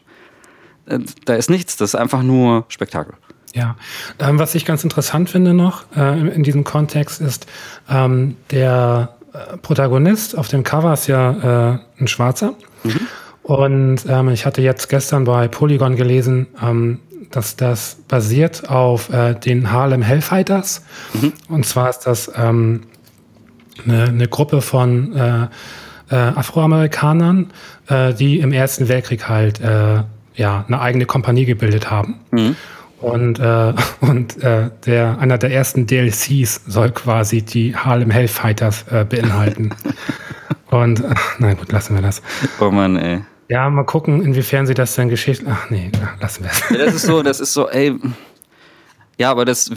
Da ist nichts, das ist einfach nur Spektakel. Ja, ähm, was ich ganz interessant finde noch äh, in, in diesem Kontext ist, ähm, der äh, Protagonist auf dem Cover ist ja äh, ein Schwarzer. Mhm. Und ähm, ich hatte jetzt gestern bei Polygon gelesen, ähm, dass das basiert auf äh, den Harlem Hellfighters. Mhm. Und zwar ist das ähm, eine, eine Gruppe von äh, äh, Afroamerikanern, äh, die im Ersten Weltkrieg halt äh, ja eine eigene Kompanie gebildet haben. Mhm. Und, äh, und äh, der, einer der ersten D L Cs soll quasi die Harlem Hellfighters äh, beinhalten. Und, äh, na gut, lassen wir das. Oh Mann, ey. Ja, mal gucken, inwiefern sie das dann Geschichte. Ach nee, lassen wir es. Ja, das ist so, das ist so, ey. Ja, aber das,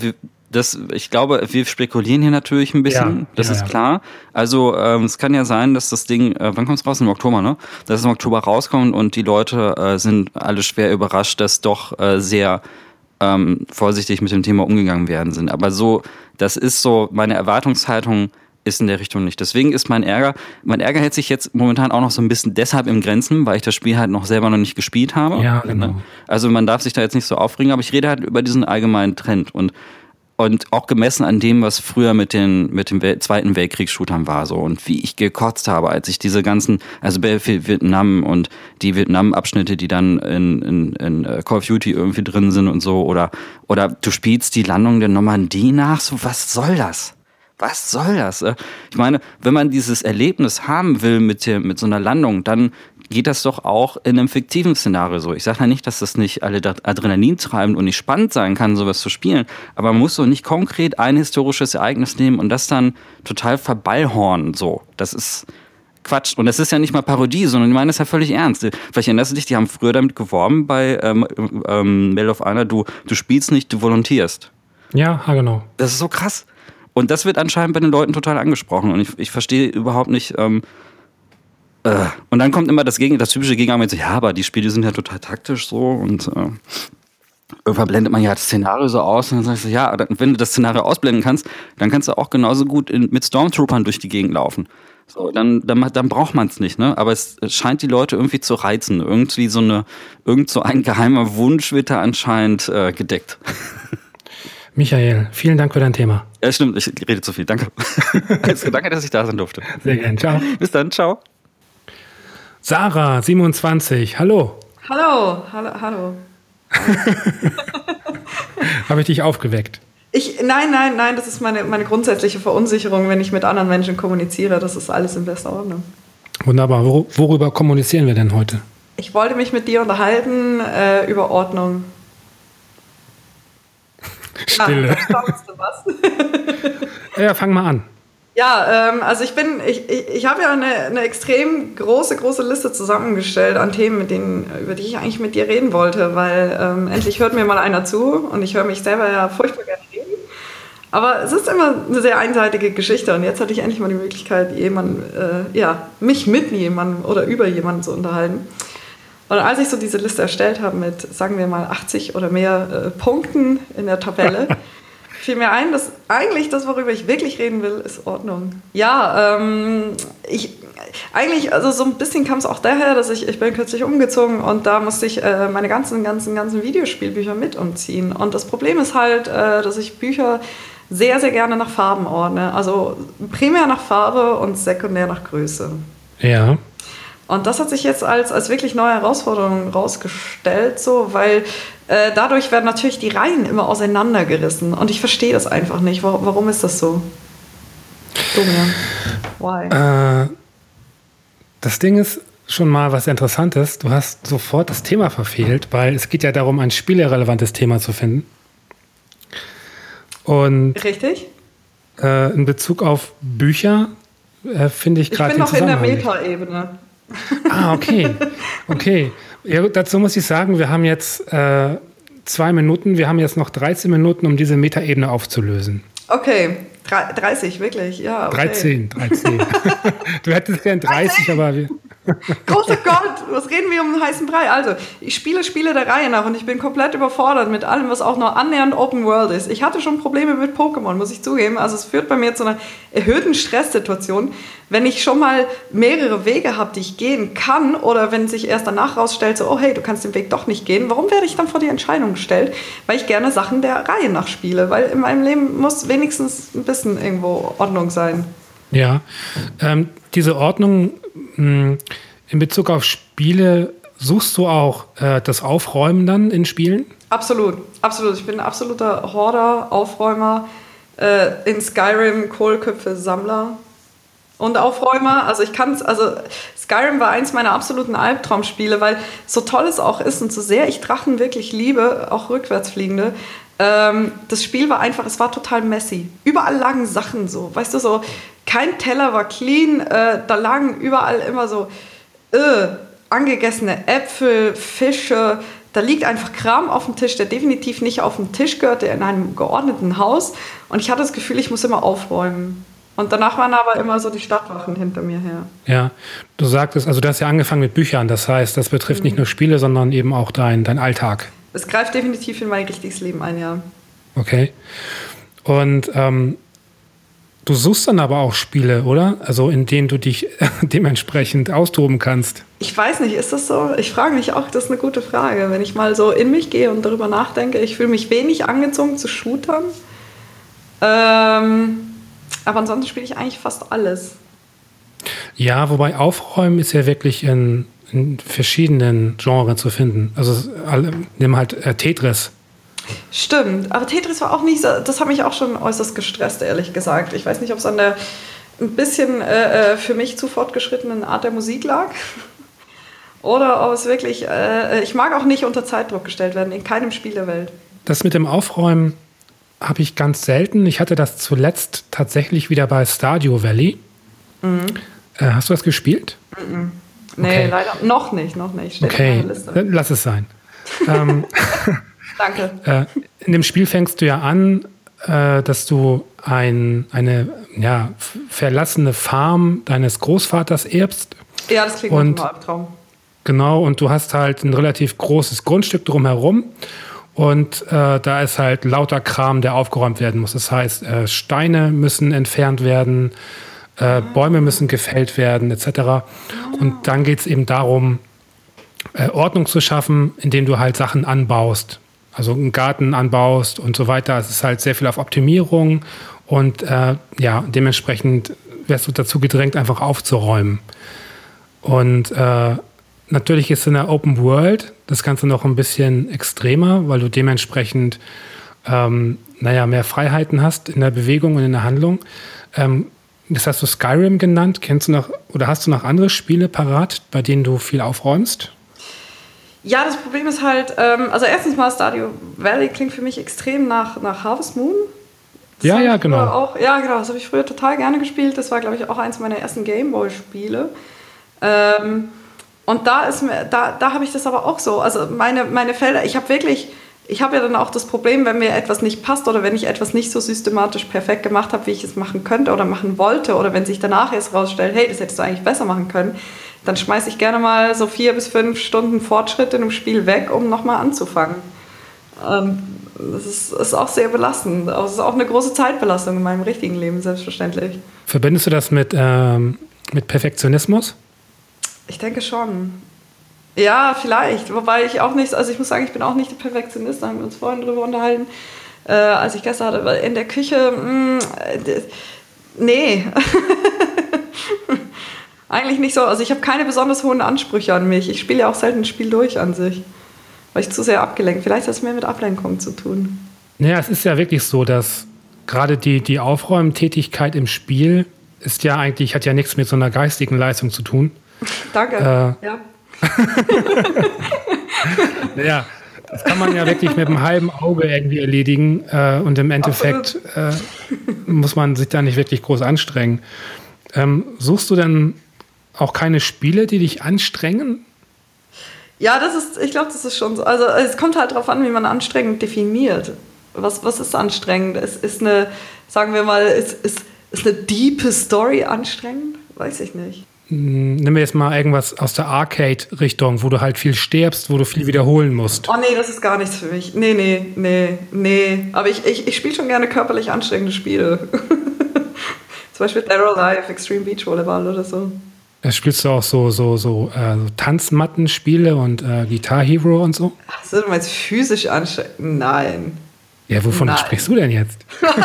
das, ich glaube, wir spekulieren hier natürlich ein bisschen, ja, das ja, ist ja. klar. Also ähm, es kann ja sein, dass das Ding, äh, wann kommt es raus? Im Oktober, ne? Dass es im Oktober rauskommt und die Leute äh, sind alle schwer überrascht, dass doch äh, sehr ähm, vorsichtig mit dem Thema umgegangen werden sind. Aber so, das ist so, meine Erwartungshaltung ist in der Richtung nicht. Deswegen ist mein Ärger, mein Ärger hält sich jetzt momentan auch noch so ein bisschen deshalb im Grenzen, weil ich das Spiel halt noch selber noch nicht gespielt habe. Ja, genau. Also man darf sich da jetzt nicht so aufregen, aber ich rede halt über diesen allgemeinen Trend und Und auch gemessen an dem, was früher mit den mit den Wel- Zweiten Weltkriegsshootern war so und wie ich gekotzt habe, als ich diese ganzen, also Battlefield Vietnam und die Vietnam-Abschnitte, die dann in, in, in Call of Duty irgendwie drin sind und so, oder oder du spielst die Landung der Normandie nach, so was soll das? Was soll das? Ich meine, wenn man dieses Erlebnis haben will mit der, mit so einer Landung, dann geht das doch auch in einem fiktiven Szenario so. Ich sage ja nicht, dass das nicht alle Adrenalin treiben und nicht spannend sein kann, sowas zu spielen, aber man muss so nicht konkret ein historisches Ereignis nehmen und das dann total verballhornen, so. Das ist Quatsch. Und das ist ja nicht mal Parodie, sondern ich meine das ja völlig ernst. Vielleicht erinnerst du dich, die haben früher damit geworben bei ähm, ähm, Medal of Honor, du, du spielst nicht, du volontierst. Ja, genau. Das ist so krass. Und das wird anscheinend bei den Leuten total angesprochen und ich, ich verstehe überhaupt nicht, ähm, Äh, und dann kommt immer das, Gegen- das typische Gegenargument, so, ja, aber die Spiele sind ja total taktisch so und äh, irgendwann blendet man ja das Szenario so aus und dann sagst du, ja, wenn du das Szenario ausblenden kannst, dann kannst du auch genauso gut in, mit Stormtroopern durch die Gegend laufen. So, dann, dann, dann braucht man es nicht, ne? Aber es scheint die Leute irgendwie zu reizen. Irgendwie so eine, irgend so ein geheimer Wunsch wird da anscheinend äh, gedeckt. Michael, vielen Dank für dein Thema. Ja, stimmt, ich rede zu viel, danke. Also, danke, dass ich da sein durfte. Sehr gerne, ciao. Bis dann, ciao. Sarah, siebenundzwanzig, hallo. Hallo, hallo, hallo. Habe ich dich aufgeweckt? Ich, nein, nein, nein, das ist meine, meine grundsätzliche Verunsicherung, wenn ich mit anderen Menschen kommuniziere. Das ist alles in bester Ordnung. Wunderbar. Wor- worüber kommunizieren wir denn heute? Ich wollte mich mit dir unterhalten äh, über Ordnung. Stille. Ah, du was? Ja, fang mal an. Ja, ähm, also ich bin, ich, ich, ich habe ja eine, eine extrem große, große Liste zusammengestellt an Themen, mit denen, über die ich eigentlich mit dir reden wollte, weil ähm, endlich hört mir mal einer zu und ich höre mich selber ja furchtbar gerne reden. Aber es ist immer eine sehr einseitige Geschichte und jetzt hatte ich endlich mal die Möglichkeit, jemanden, äh, ja, mich mit jemandem oder über jemanden zu unterhalten. Und als ich so diese Liste erstellt habe mit, sagen wir mal, achtzig oder mehr äh, Punkten in der Tabelle, fiel mir ein, dass eigentlich das, worüber ich wirklich reden will, ist Ordnung. Ja, ähm, ich, eigentlich, also so ein bisschen kam es auch daher, dass ich, ich bin kürzlich umgezogen und da musste ich äh, meine ganzen, ganzen, ganzen Videospielbücher mit umziehen. Und das Problem ist halt, äh, dass ich Bücher sehr, sehr gerne nach Farben ordne. Also primär nach Farbe und sekundär nach Größe. Ja. Und das hat sich jetzt als, als wirklich neue Herausforderung rausgestellt, so, weil äh, dadurch werden natürlich die Reihen immer auseinandergerissen. Und ich verstehe das einfach nicht. Warum, warum ist das so? Domian, why? Äh, das Ding ist schon mal was Interessantes. Du hast sofort das Thema verfehlt, weil es geht ja darum, ein spielerelevantes Thema zu finden. Und richtig? Äh, in Bezug auf Bücher äh, finde ich gerade Ich bin noch in der Meta-Ebene. Ah, okay. Okay. Ja, dazu muss ich sagen, wir haben jetzt äh, zwei Minuten, wir haben jetzt noch dreizehn Minuten, um diese Metaebene aufzulösen. Okay, dreißig, wirklich, ja. Okay. dreizehn, dreizehn. Du hättest gern dreißig, aber wir... Großer Gott, was reden wir um den heißen Brei? Also, ich spiele Spiele der Reihe nach und ich bin komplett überfordert mit allem, was auch nur annähernd Open World ist. Ich hatte schon Probleme mit Pokémon, muss ich zugeben. Also es führt bei mir zu einer erhöhten Stresssituation, wenn ich schon mal mehrere Wege habe, die ich gehen kann, oder wenn sich erst danach rausstellt, so, oh hey, du kannst den Weg doch nicht gehen. Warum werde ich dann vor die Entscheidung gestellt? Weil ich gerne Sachen der Reihe nach spiele, weil in meinem Leben muss wenigstens ein bisschen irgendwo Ordnung sein. Ja, ähm, diese Ordnung mh, in Bezug auf Spiele, suchst du auch äh, das Aufräumen dann in Spielen? Absolut, absolut. Ich bin ein absoluter Horder, Aufräumer, äh, in Skyrim Kohlköpfe Sammler und Aufräumer. Also ich kann es, also Skyrim war eins meiner absoluten Albtraumspiele, weil so toll es auch ist und so sehr ich Drachen wirklich liebe, auch rückwärtsfliegende, ähm, das Spiel war einfach, es war total messy. Überall lagen Sachen so, weißt du, so kein Teller war clean, äh, da lagen überall immer so äh, angegessene Äpfel, Fische, da liegt einfach Kram auf dem Tisch, der definitiv nicht auf dem Tisch gehört, der in einem geordneten Haus. Und ich hatte das Gefühl, ich muss immer aufräumen. Und danach waren aber immer so die Stadtwachen hinter mir her. Ja, du sagtest, also du hast ja angefangen mit Büchern. Das heißt, das betrifft mhm. nicht nur Spiele, sondern eben auch dein, dein Alltag. Es greift definitiv in mein richtiges Leben ein, ja. Okay. Und ähm, du suchst dann aber auch Spiele, oder? Also in denen du dich dementsprechend austoben kannst. Ich weiß nicht, ist das so? Ich frage mich auch, das ist eine gute Frage. Wenn ich mal so in mich gehe und darüber nachdenke, ich fühle mich wenig angezogen zu Shootern. Ähm, aber ansonsten spiele ich eigentlich fast alles. Ja, wobei Aufräumen ist ja wirklich in, in verschiedenen Genres zu finden. Also nimm halt äh, Tetris. Stimmt, aber Tetris war auch nicht so, das hat mich auch schon äußerst gestresst, ehrlich gesagt. Ich weiß nicht, ob es an der ein bisschen äh, für mich zu fortgeschrittenen Art der Musik lag oder ob es wirklich, äh, ich mag auch nicht unter Zeitdruck gestellt werden, in keinem Spiel der Welt. Das mit dem Aufräumen habe ich ganz selten. Ich hatte das zuletzt tatsächlich wieder bei Stardew Valley. Mhm. Äh, hast du das gespielt? Mhm. Nee, okay. Leider noch nicht, noch nicht. Steht okay, auf meiner Liste. Lass es sein. ähm, Danke. Äh, in dem Spiel fängst du ja an, äh, dass du ein, eine ja, verlassene Farm deines Großvaters erbst. Ja, das klingt und, nach einem Albtraum. Genau, und du hast halt ein relativ großes Grundstück drumherum. Und äh, da ist halt lauter Kram, der aufgeräumt werden muss. Das heißt, äh, Steine müssen entfernt werden, äh, Bäume müssen gefällt werden, et cetera. Und dann geht es eben darum, äh, Ordnung zu schaffen, indem du halt Sachen anbaust. Also einen Garten anbaust und so weiter. Es ist halt sehr viel auf Optimierung. Und äh, ja, dementsprechend wirst du dazu gedrängt, einfach aufzuräumen. Und äh, natürlich ist in der Open World das Ganze noch ein bisschen extremer, weil du dementsprechend ähm, naja, mehr Freiheiten hast in der Bewegung und in der Handlung. Ähm, das hast du Skyrim genannt. Kennst du noch oder hast du noch andere Spiele parat, bei denen du viel aufräumst? Ja, das Problem ist halt, ähm, also erstens mal Stardew Valley klingt für mich extrem nach, nach Harvest Moon. Das ja, ja, genau. Auch, ja, genau. Das habe ich früher total gerne gespielt. Das war, glaube ich, auch eins meiner ersten Gameboy-Spiele. Ähm, Und da ist mir, da, da habe ich das aber auch so. Also meine, meine Felder, ich habe wirklich, ich habe ja dann auch das Problem, wenn mir etwas nicht passt oder wenn ich etwas nicht so systematisch perfekt gemacht habe, wie ich es machen könnte oder machen wollte, oder wenn sich danach erst rausstellt, hey, das hättest du eigentlich besser machen können, dann schmeiße ich gerne mal so vier bis fünf Stunden Fortschritt in einem Spiel weg, um nochmal anzufangen. Ähm, das ist, ist auch sehr belastend. Das ist auch eine große Zeitbelastung in meinem richtigen Leben, selbstverständlich. Verbindest du das mit, ähm, mit Perfektionismus? Ich denke schon. Ja, vielleicht. Wobei ich auch nicht, also ich muss sagen, ich bin auch nicht der Perfektionist, da haben wir uns vorhin drüber unterhalten, äh, als ich gestern hatte, weil in der Küche, mh, äh, nee. Eigentlich nicht so. Also ich habe keine besonders hohen Ansprüche an mich. Ich spiele ja auch selten ein Spiel durch an sich, weil ich zu sehr abgelenkt. Vielleicht hat es mehr mit Ablenkung zu tun. Naja, es ist ja wirklich so, dass gerade die, die Aufräumtätigkeit im Spiel ist ja eigentlich, hat ja nichts mit so einer geistigen Leistung zu tun. Danke. Äh, ja. Ja, das kann man ja wirklich mit einem halben Auge irgendwie erledigen. Äh, und im Endeffekt äh, muss man sich da nicht wirklich groß anstrengen. Ähm, suchst du denn auch keine Spiele, die dich anstrengen? Ja, das ist, ich glaube, das ist schon so. Also es kommt halt darauf an, wie man anstrengend definiert. Was, was ist anstrengend? Es ist eine, sagen wir mal, ist, ist, ist eine diepe Story anstrengend? Weiß ich nicht. Nimm mir jetzt mal irgendwas aus der Arcade-Richtung, wo du halt viel stirbst, wo du viel wiederholen musst. Oh nee, das ist gar nichts für mich. Nee, nee, nee, nee. Aber ich, ich, ich spiele schon gerne körperlich anstrengende Spiele. Zum Beispiel Dead or Alive, Extreme Beach Volleyball oder so. Da spielst du auch so, so, so, äh, so Tanzmattenspiele und äh, Guitar Hero und so? Ach so, du meinst physisch anstrengend? Nein. Ja, wovon Nein. sprichst du denn jetzt?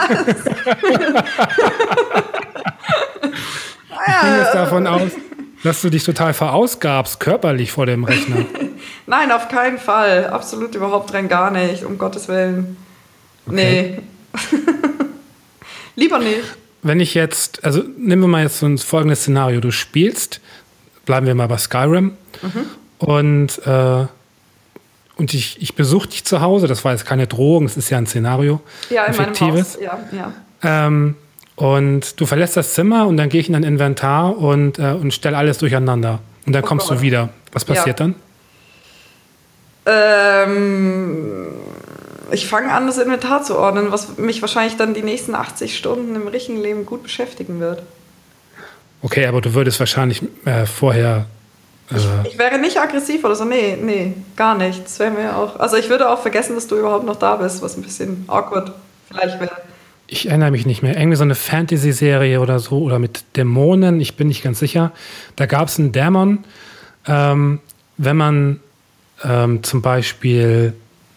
Ich ging jetzt davon aus, dass du dich total verausgabst, körperlich vor dem Rechner. Nein, auf keinen Fall. Absolut überhaupt rein gar nicht, um Gottes Willen. Okay. Nee. Lieber nicht. Wenn ich jetzt, also nehmen wir mal jetzt so ein folgendes Szenario. Du spielst, bleiben wir mal bei Skyrim, mhm. und, äh, und ich, ich besuche dich zu Hause. Das war jetzt keine Drohung, es ist ja ein Szenario. Ja, in meinem Haus. Ja, ja. Ähm, Und du verlässt das Zimmer und dann gehe ich in dein Inventar und, äh, und stelle alles durcheinander. Und dann oh kommst Gott. du wieder. Was passiert ja. dann? Ähm, ich fange an, das Inventar zu ordnen, was mich wahrscheinlich dann die nächsten achtzig Stunden im richtigen Leben gut beschäftigen wird. Okay, aber du würdest wahrscheinlich äh, vorher... Äh ich, ich wäre nicht aggressiv oder so, nee, nee, gar nicht. Das wäre mir auch... Also ich würde auch vergessen, dass du überhaupt noch da bist, was ein bisschen awkward vielleicht wäre. Ich erinnere mich nicht mehr. Irgendwie so eine Fantasy-Serie oder so, oder mit Dämonen, ich bin nicht ganz sicher. Da gab es einen Dämon, ähm, wenn man ähm, zum Beispiel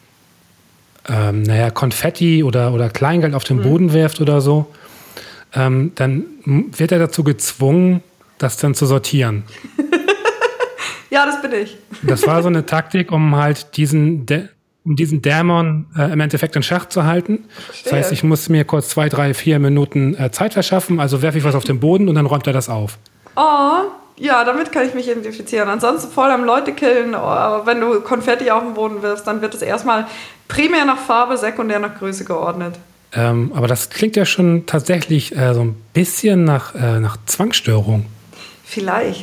ähm, naja, Konfetti oder, oder Kleingeld auf den Boden mhm. wirft oder so, ähm, dann wird er dazu gezwungen, das dann zu sortieren. Ja, das bin ich. Das war so eine Taktik, um halt diesen, De- um diesen Dämon äh, im Endeffekt in Schach zu halten. Verstehe. Das heißt, ich muss mir kurz zwei, drei, vier Minuten äh, Zeit verschaffen, also werfe ich was auf den Boden und dann räumt er das auf. Oh, ja, damit kann ich mich identifizieren. Ansonsten voll am Leute killen, aber wenn du Konfetti auf den Boden wirfst, dann wird es erstmal primär nach Farbe, sekundär nach Größe geordnet. Ähm, aber das klingt ja schon tatsächlich äh, so ein bisschen nach, äh, nach Zwangsstörung. Vielleicht.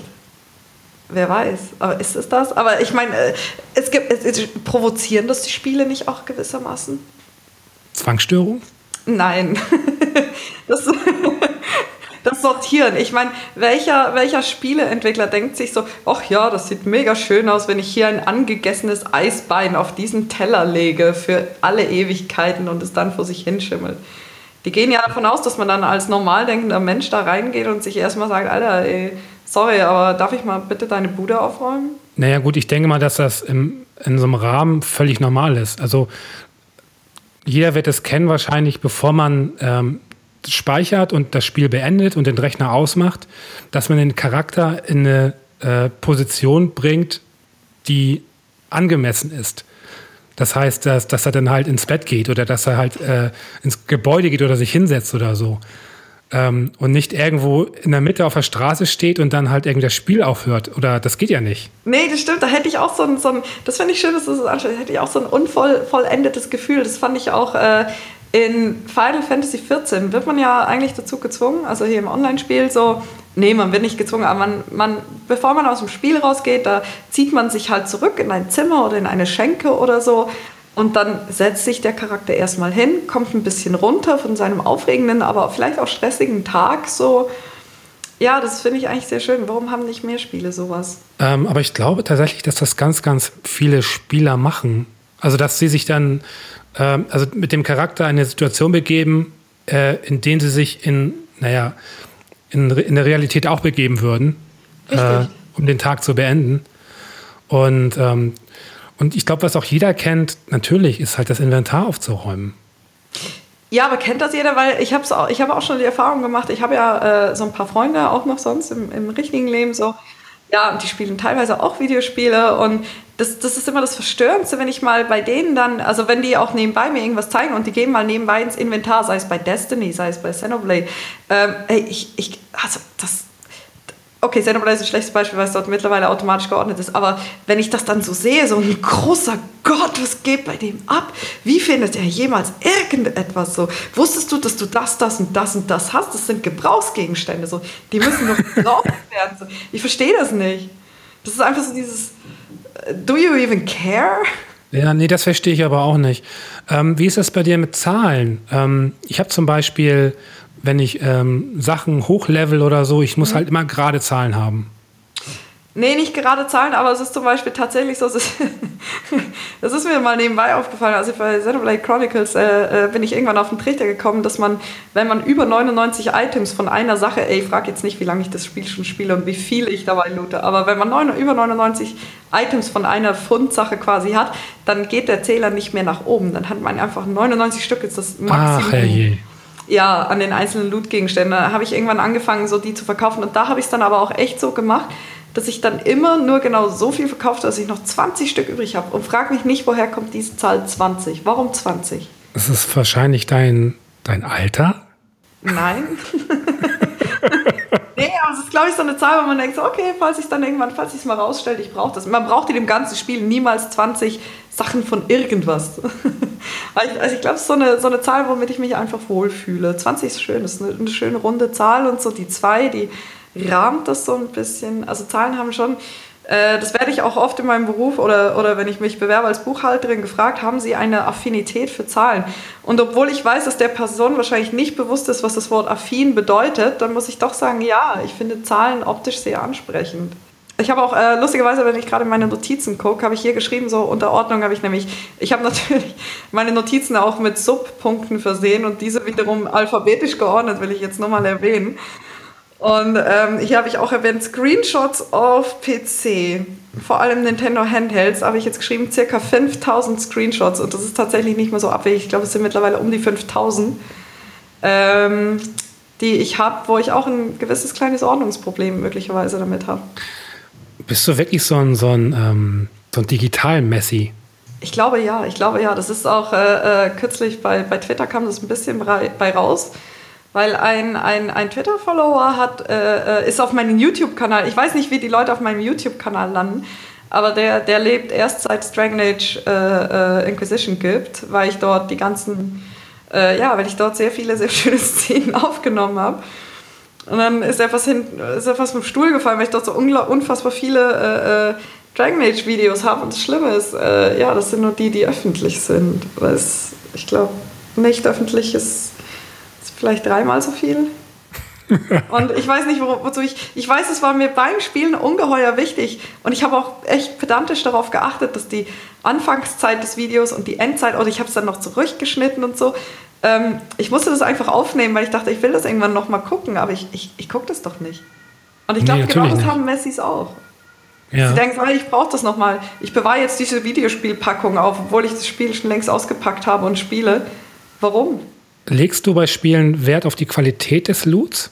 Wer weiß. Aber ist es das? Aber ich meine, es gibt, es, es, provozieren das die Spiele nicht auch gewissermaßen? Zwangsstörung? Nein. Das, das Sortieren. Ich meine, welcher, welcher Spieleentwickler denkt sich so, ach ja, das sieht mega schön aus, wenn ich hier ein angegessenes Eisbein auf diesen Teller lege für alle Ewigkeiten und es dann vor sich hinschimmelt. Die gehen ja davon aus, dass man dann als normal denkender Mensch da reingeht und sich erstmal sagt, Alter, ey, sorry, aber darf ich mal bitte deine Bude aufräumen? Naja gut, ich denke mal, dass das im, in so einem Rahmen völlig normal ist. Also jeder wird es kennen wahrscheinlich, bevor man ähm, speichert und das Spiel beendet und den Rechner ausmacht, dass man den Charakter in eine äh, Position bringt, die angemessen ist. Das heißt, dass, dass er dann halt ins Bett geht oder dass er halt äh, ins Gebäude geht oder sich hinsetzt oder so. Ähm, und nicht irgendwo in der Mitte auf der Straße steht und dann halt irgendwie das Spiel aufhört. Oder das geht ja nicht. Nee, das stimmt. Da hätte ich auch so ein, so ein das finde ich schön, dass du das anschaust, da hätte ich auch so ein unvollendetes Gefühl. Das fand ich auch äh, in Final Fantasy vierzehn wird man ja eigentlich dazu gezwungen, also hier im Online-Spiel so, nee, man wird nicht gezwungen, aber man, man, bevor man aus dem Spiel rausgeht, da zieht man sich halt zurück in ein Zimmer oder in eine Schenke oder so und dann setzt sich der Charakter erstmal hin, kommt ein bisschen runter von seinem aufregenden, aber vielleicht auch stressigen Tag so. Ja, das finde ich eigentlich sehr schön. Warum haben nicht mehr Spiele sowas? Ähm, aber ich glaube tatsächlich, dass das ganz, ganz viele Spieler machen. Also, dass sie sich dann ähm, also mit dem Charakter in eine Situation begeben, äh, in denen sie sich in, naja, in, in der Realität auch begeben würden, äh, um den Tag zu beenden. Und, ähm, und ich glaube, was auch jeder kennt, natürlich, ist halt das Inventar aufzuräumen. Ja, aber kennt das jeder? Weil ich habe auch, ich hab auch schon die Erfahrung gemacht, ich habe ja äh, so ein paar Freunde auch noch sonst im, im richtigen Leben so. Ja, und die spielen teilweise auch Videospiele und das, das ist immer das Verstörendste, wenn ich mal bei denen dann, also wenn die auch nebenbei mir irgendwas zeigen und die gehen mal nebenbei ins Inventar, sei es bei Destiny, sei es bei Xenoblade, ähm, ey, ich, ich, also das, okay, Xenoblade ist ein schlechtes Beispiel, weil es dort mittlerweile automatisch geordnet ist, aber wenn ich das dann so sehe, so ein großer Gott, was geht bei dem ab? Wie findet er jemals irgendetwas so? Wusstest du, dass du das, das und das und das hast? Das sind Gebrauchsgegenstände, so. Die müssen noch gebraucht werden. So. Ich verstehe das nicht. Das ist einfach so dieses Do you even care? Ja, nee, das verstehe ich aber auch nicht. Ähm, wie ist das bei dir mit Zahlen? Ähm, ich habe zum Beispiel, wenn ich ähm, Sachen hochlevel oder so, ich muss mhm. halt immer gerade Zahlen haben. Nee, nicht gerade Zahlen, aber es ist zum Beispiel tatsächlich so, das ist mir mal nebenbei aufgefallen, also bei Xenoblade Chronicles äh, äh, bin ich irgendwann auf den Trichter gekommen, dass man, wenn man über neunundneunzig Items von einer Sache, ey, ich frage jetzt nicht, wie lange ich das Spiel schon spiele und wie viel ich dabei loote, aber wenn man neun, über neunundneunzig Items von einer Fundsache quasi hat, dann geht der Zähler nicht mehr nach oben, dann hat man einfach neunundneunzig Stück, ist das Maximum. Ach, hey. Ja, an den einzelnen Loot-Gegenständen. Da habe ich irgendwann angefangen, so die zu verkaufen und da habe ich es dann aber auch echt so gemacht, dass ich dann immer nur genau so viel verkauft habe, dass ich noch zwanzig Stück übrig habe. Und frag mich nicht, woher kommt diese Zahl zwanzig? Warum zwanzig? Das ist wahrscheinlich dein, dein Alter? Nein. Nee, aber es ist, glaube ich, so eine Zahl, wo man denkt, so, okay, falls ich dann irgendwann, falls ich es mal rausstelle, ich brauche das. Man braucht in dem ganzen Spiel niemals zwanzig Sachen von irgendwas. Also ich glaube, es ist so eine, so eine Zahl, womit ich mich einfach wohlfühle. zwanzig ist schön, das ist eine, eine schöne runde Zahl und so die zwei, die rahmt das so ein bisschen. Also Zahlen haben schon Äh, das werde ich auch oft in meinem Beruf oder, oder wenn ich mich bewerbe als Buchhalterin gefragt, haben Sie eine Affinität für Zahlen? Und obwohl ich weiß, dass der Person wahrscheinlich nicht bewusst ist, was das Wort affin bedeutet, dann muss ich doch sagen, ja, ich finde Zahlen optisch sehr ansprechend. Ich habe auch, äh, lustigerweise, wenn ich gerade in meine Notizen gucke, habe ich hier geschrieben, so unter Ordnung habe ich nämlich, ich habe natürlich meine Notizen auch mit Subpunkten versehen und diese wiederum alphabetisch geordnet, will ich jetzt nochmal erwähnen. Und ähm, hier habe ich auch erwähnt, Screenshots auf P C, vor allem Nintendo Handhelds, habe ich jetzt geschrieben, circa fünftausend Screenshots und das ist tatsächlich nicht mehr so abwegig, ich glaube, es sind mittlerweile um die fünftausend, ähm, die ich habe, wo ich auch ein gewisses kleines Ordnungsproblem möglicherweise damit habe. Bist du wirklich so ein, so ein, ähm, so ein Digital-Messi? Ich glaube ja, ich glaube ja. Das ist auch äh, äh, kürzlich bei, bei Twitter kam das ein bisschen bei, bei raus, weil ein, ein, ein Twitter-Follower hat, äh, ist auf meinem YouTube-Kanal, ich weiß nicht, wie die Leute auf meinem YouTube-Kanal landen, aber der, der lebt erst seit Dragon Age äh, äh, Inquisition gibt, weil ich dort die ganzen, äh, ja, weil ich dort sehr viele, sehr schöne Szenen aufgenommen habe. Und dann ist er fast, hin, ist er fast vom Stuhl gefallen, weil ich dort so unfassbar viele äh, Dragon Age Videos habe. Und das Schlimme ist, äh, ja, das sind nur die, die öffentlich sind. Weil es, ich glaube, nicht öffentlich ist, ist vielleicht dreimal so viel. Und ich weiß nicht, wo, wozu ich... Ich weiß, es war mir beim Spielen ungeheuer wichtig. Und ich habe auch echt pedantisch darauf geachtet, dass die Anfangszeit des Videos und die Endzeit, oder ich habe es dann noch zurückgeschnitten und so... Ich musste das einfach aufnehmen, weil ich dachte, ich will das irgendwann noch mal gucken, aber ich, ich, ich gucke das doch nicht. Und ich glaube, nee, genau das nicht. Haben Messis auch. Ja. Sie denken, ich brauche das noch mal. Ich bewahre jetzt diese Videospielpackung auf, obwohl ich das Spiel schon längst ausgepackt habe und spiele. Warum? Legst du bei Spielen Wert auf die Qualität des Loots?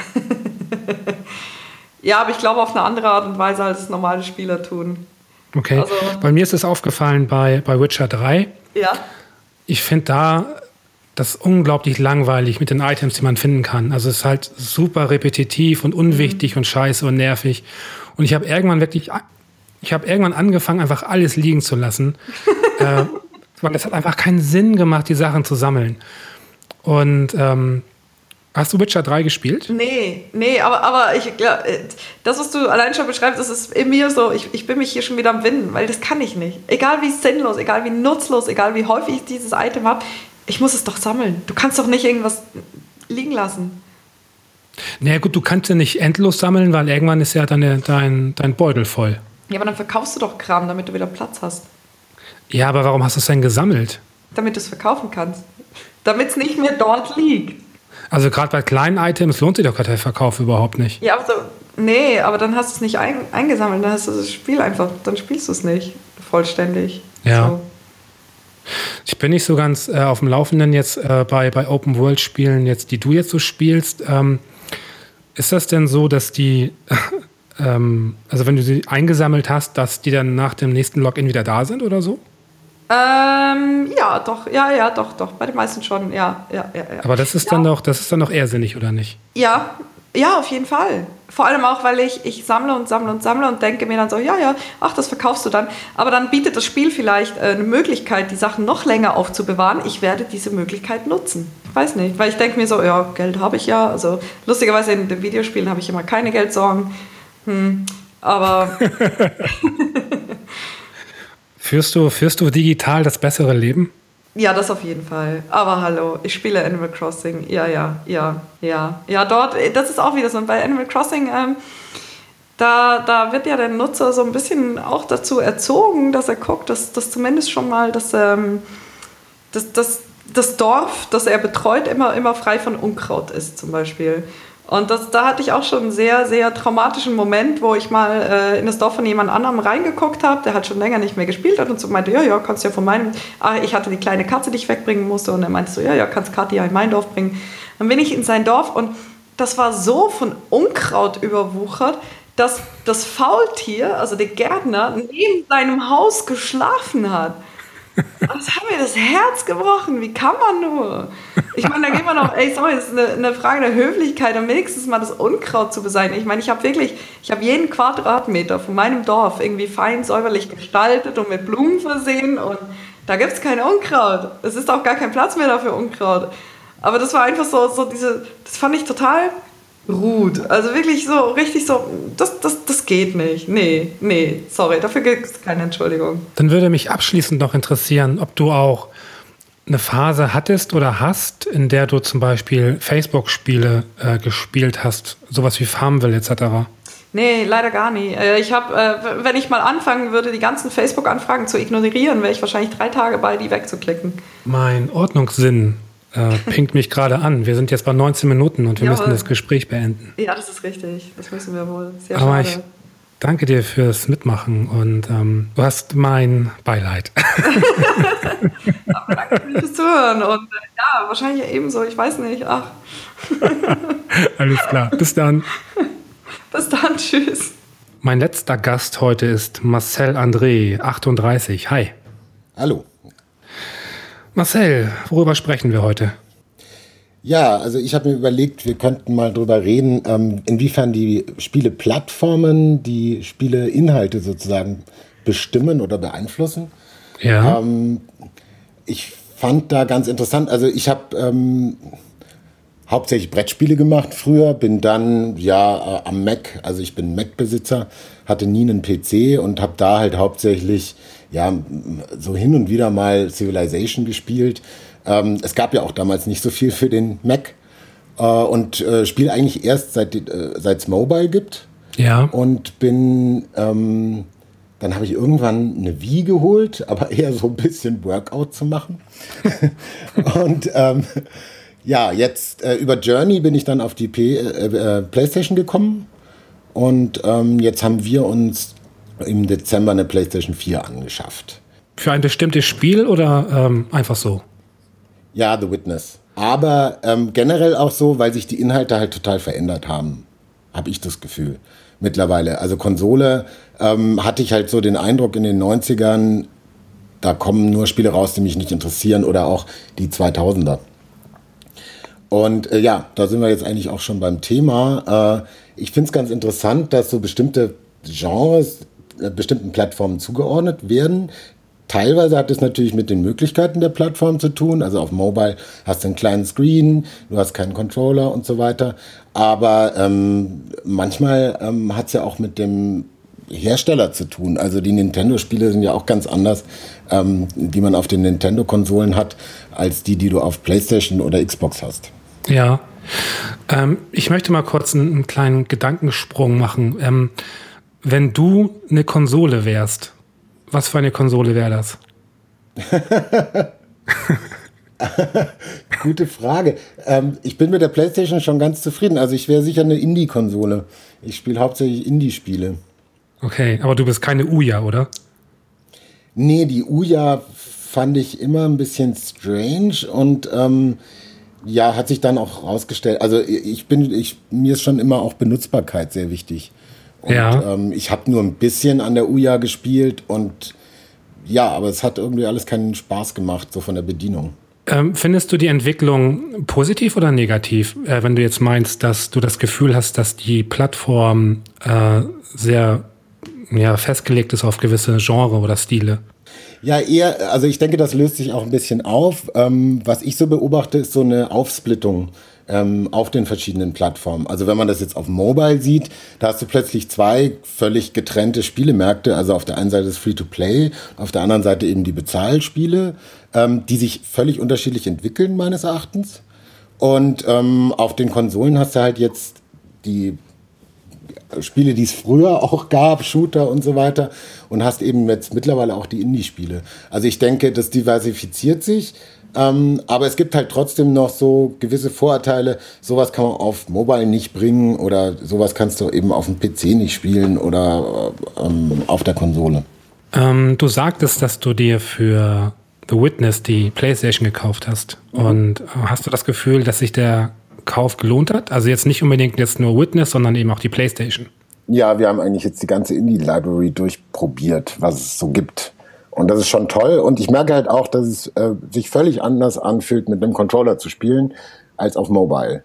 Ja, aber ich glaube auf eine andere Art und Weise, als es normale Spieler tun. Okay, also, bei mir ist es aufgefallen bei, bei Witcher drei. Ja. Ich finde da... Das ist unglaublich langweilig mit den Items, die man finden kann. Also es ist halt super repetitiv und unwichtig mhm. und scheiße und nervig. Und ich habe irgendwann wirklich, ich habe irgendwann angefangen, einfach alles liegen zu lassen. äh, weil es hat einfach keinen Sinn gemacht, die Sachen zu sammeln. Und ähm, hast du Witcher drei gespielt? Nee, nee, aber, aber ich glaube, das, was du allein schon beschreibst, das ist in mir so, ich, ich bin mich hier schon wieder am Winden, weil das kann ich nicht. Egal wie sinnlos, egal wie nutzlos, egal wie häufig ich dieses Item habe, ich muss es doch sammeln. Du kannst doch nicht irgendwas liegen lassen. Naja gut, du kannst ja nicht endlos sammeln, weil irgendwann ist ja deine, dein, dein Beutel voll. Ja, aber dann verkaufst du doch Kram, damit du wieder Platz hast. Ja, aber warum hast du es denn gesammelt? Damit du es verkaufen kannst. Damit es nicht mehr dort liegt. Also gerade bei kleinen Items lohnt sich doch gerade der Verkauf überhaupt nicht. Ja, aber so, nee, aber dann hast du es nicht ein, eingesammelt, dann hast du das Spiel einfach, dann spielst du es nicht vollständig. Ja. So. Ich bin nicht so ganz äh, auf dem Laufenden jetzt äh, bei, bei Open-World-Spielen, jetzt, die du jetzt so spielst. Ähm, ist das denn so, dass die, ähm, also wenn du sie eingesammelt hast, dass die dann nach dem nächsten Login wieder da sind oder so? Ähm, ja, doch, ja, ja, doch, doch, bei den meisten schon, ja, ja, ja. ja. Aber das ist ja. dann doch, das ist dann doch eher sinnig, oder nicht? Ja, ja, auf jeden Fall. Vor allem auch, weil ich, ich sammle und sammle und sammle und denke mir dann so, ja, ja, ach, das verkaufst du dann. Aber dann bietet das Spiel vielleicht äh, eine Möglichkeit, die Sachen noch länger aufzubewahren. Ich werde diese Möglichkeit nutzen. Ich weiß nicht, weil ich denke mir so, ja, Geld habe ich ja. Also lustigerweise in den Videospielen habe ich immer keine Geldsorgen. Hm, aber... führst du, führst du digital das bessere Leben? Ja, das auf jeden Fall. Aber hallo, ich spiele Animal Crossing. Ja, ja, ja, ja. Ja, dort, das ist auch wieder so. Und bei Animal Crossing, ähm, da, da wird ja der Nutzer so ein bisschen auch dazu erzogen, dass er guckt, dass, dass zumindest schon mal das, ähm, das, das, das Dorf, das er betreut, immer, immer frei von Unkraut ist, zum Beispiel. Und das, da hatte ich auch schon einen sehr, sehr traumatischen Moment, wo ich mal äh, in das Dorf von jemand anderem reingeguckt habe, der hat schon länger nicht mehr gespielt hat und so meinte, ja, ja, kannst du ja von meinem, ah, ich hatte die kleine Katze, die ich wegbringen musste und er meinte so, ja, ja, kannst Kathi ja in mein Dorf bringen. Dann bin ich in sein Dorf und das war so von Unkraut überwuchert, dass das Faultier, also der Gärtner, neben seinem Haus geschlafen hat. Das hat mir das Herz gebrochen. Wie kann man nur? Ich meine, da geht man noch, ey, sorry, das ist eine, eine Frage der Höflichkeit, um wenigstens mal das Unkraut zu beseitigen. Ich meine, ich habe wirklich, ich habe jeden Quadratmeter von meinem Dorf irgendwie fein säuberlich gestaltet und mit Blumen versehen und da gibt es kein Unkraut. Es ist auch gar kein Platz mehr dafür Unkraut. Aber das war einfach so, so diese, das fand ich total ruht. Also wirklich so, richtig so, das, das, das geht nicht. Nee, nee, sorry, dafür gibt es keine Entschuldigung. Dann würde mich abschließend noch interessieren, ob du auch eine Phase hattest oder hast, in der du zum Beispiel Facebook-Spiele äh, gespielt hast, sowas wie Farmville et cetera. Nee, leider gar nicht. Ich habe, äh, wenn ich mal anfangen würde, die ganzen Facebook-Anfragen zu ignorieren, wäre ich wahrscheinlich drei Tage bei, die wegzuklicken. Mein Ordnungssinn äh, pinkt mich gerade an. Wir sind jetzt bei neunzehn Minuten und wir ja, müssen das Gespräch beenden. Ja, das ist richtig. Das müssen wir wohl. Sehr Aber schade. Ich danke dir fürs Mitmachen und ähm, du hast mein Beileid. Aber danke fürs Zuhören und äh, ja, wahrscheinlich ebenso. Ich weiß nicht. Ach. Alles klar. Bis dann. Bis dann, tschüss. Mein letzter Gast heute ist Marcel André, achtunddreißig. Hi. Hallo. Marcel, worüber sprechen wir heute? Ja, also ich habe mir überlegt, wir könnten mal drüber reden, ähm, inwiefern die Spieleplattformen die Spieleinhalte sozusagen bestimmen oder beeinflussen. Ja. Ähm, ich fand da ganz interessant, also ich habe ähm, hauptsächlich Brettspiele gemacht früher, bin dann ja äh, am Mac, also ich bin Mac-Besitzer, hatte nie einen P C und habe da halt hauptsächlich ja so hin und wieder mal Civilization gespielt. Ähm, es gab ja auch damals nicht so viel für den Mac äh, und äh, spiele eigentlich erst seit äh, seit's Mobile gibt. Ja. Und bin ähm, dann habe ich irgendwann eine Wii geholt, aber eher so ein bisschen Workout zu machen. und ähm, Ja, jetzt äh, über Journey bin ich dann auf die P- äh, äh, PlayStation gekommen und ähm, jetzt haben wir uns im Dezember eine PlayStation vier angeschafft. Für ein bestimmtes Spiel oder ähm, einfach so? Ja, The Witness. Aber ähm, generell auch so, weil sich die Inhalte halt total verändert haben, habe ich das Gefühl mittlerweile. Also Konsole ähm, hatte ich halt so den Eindruck in den neunzigern, da kommen nur Spiele raus, die mich nicht interessieren oder auch die zweitausender. Und äh, ja, da sind wir jetzt eigentlich auch schon beim Thema. Äh, ich finde es ganz interessant, dass so bestimmte Genres äh, bestimmten Plattformen zugeordnet werden. Teilweise hat es natürlich mit den Möglichkeiten der Plattform zu tun. Also auf Mobile hast du einen kleinen Screen, du hast keinen Controller und so weiter. Aber ähm, manchmal ähm, hat es ja auch mit dem Hersteller zu tun. Also die Nintendo-Spiele sind ja auch ganz anders, ähm, die man auf den Nintendo-Konsolen hat, als die, die du auf PlayStation oder Xbox hast. Ja, ähm, ich möchte mal kurz einen, einen kleinen Gedankensprung machen. Ähm, wenn du eine Konsole wärst, was für eine Konsole wäre das? Gute Frage. Ähm, ich bin mit der PlayStation schon ganz zufrieden. Also ich wäre sicher eine Indie-Konsole. Ich spiele hauptsächlich Indie-Spiele. Okay, aber du bist keine Ouya, oder? Nee, die Ouya fand ich immer ein bisschen strange und ähm, ja, hat sich dann auch rausgestellt. Also ich bin, ich, mir ist schon immer auch Benutzbarkeit sehr wichtig. Und ja. ähm, ich habe nur ein bisschen an der Ouya gespielt und ja, aber es hat irgendwie alles keinen Spaß gemacht, so von der Bedienung. Ähm, findest du die Entwicklung positiv oder negativ, äh, wenn du jetzt meinst, dass du das Gefühl hast, dass die Plattform äh, sehr ja, festgelegt ist auf gewisse Genre oder Stile? Ja, eher, also ich denke, das löst sich auch ein bisschen auf. Ähm, was ich so beobachte, ist so eine Aufsplittung ähm, auf den verschiedenen Plattformen. Also wenn man das jetzt auf Mobile sieht, da hast du plötzlich zwei völlig getrennte Spielemärkte. Also auf der einen Seite das Free-to-Play, auf der anderen Seite eben die Bezahlspiele, ähm, die sich völlig unterschiedlich entwickeln, meines Erachtens. Und ähm, auf den Konsolen hast du halt jetzt die Spiele, die es früher auch gab, Shooter und so weiter, und hast eben jetzt mittlerweile auch die Indie-Spiele. Also ich denke, das diversifiziert sich, ähm, aber es gibt halt trotzdem noch so gewisse Vorurteile. Sowas kann man auf Mobile nicht bringen oder sowas kannst du eben auf dem P C nicht spielen oder ähm, auf der Konsole. Ähm, du sagtest, dass du dir für The Witness die PlayStation gekauft hast. Mhm. Und äh, hast du das Gefühl, dass sich der Kauf gelohnt hat? Also jetzt nicht unbedingt jetzt nur Witness, sondern eben auch die PlayStation. Ja, wir haben eigentlich jetzt die ganze Indie-Library durchprobiert, was es so gibt. Und das ist schon toll. Und ich merke halt auch, dass es äh, sich völlig anders anfühlt, mit einem Controller zu spielen, als auf Mobile.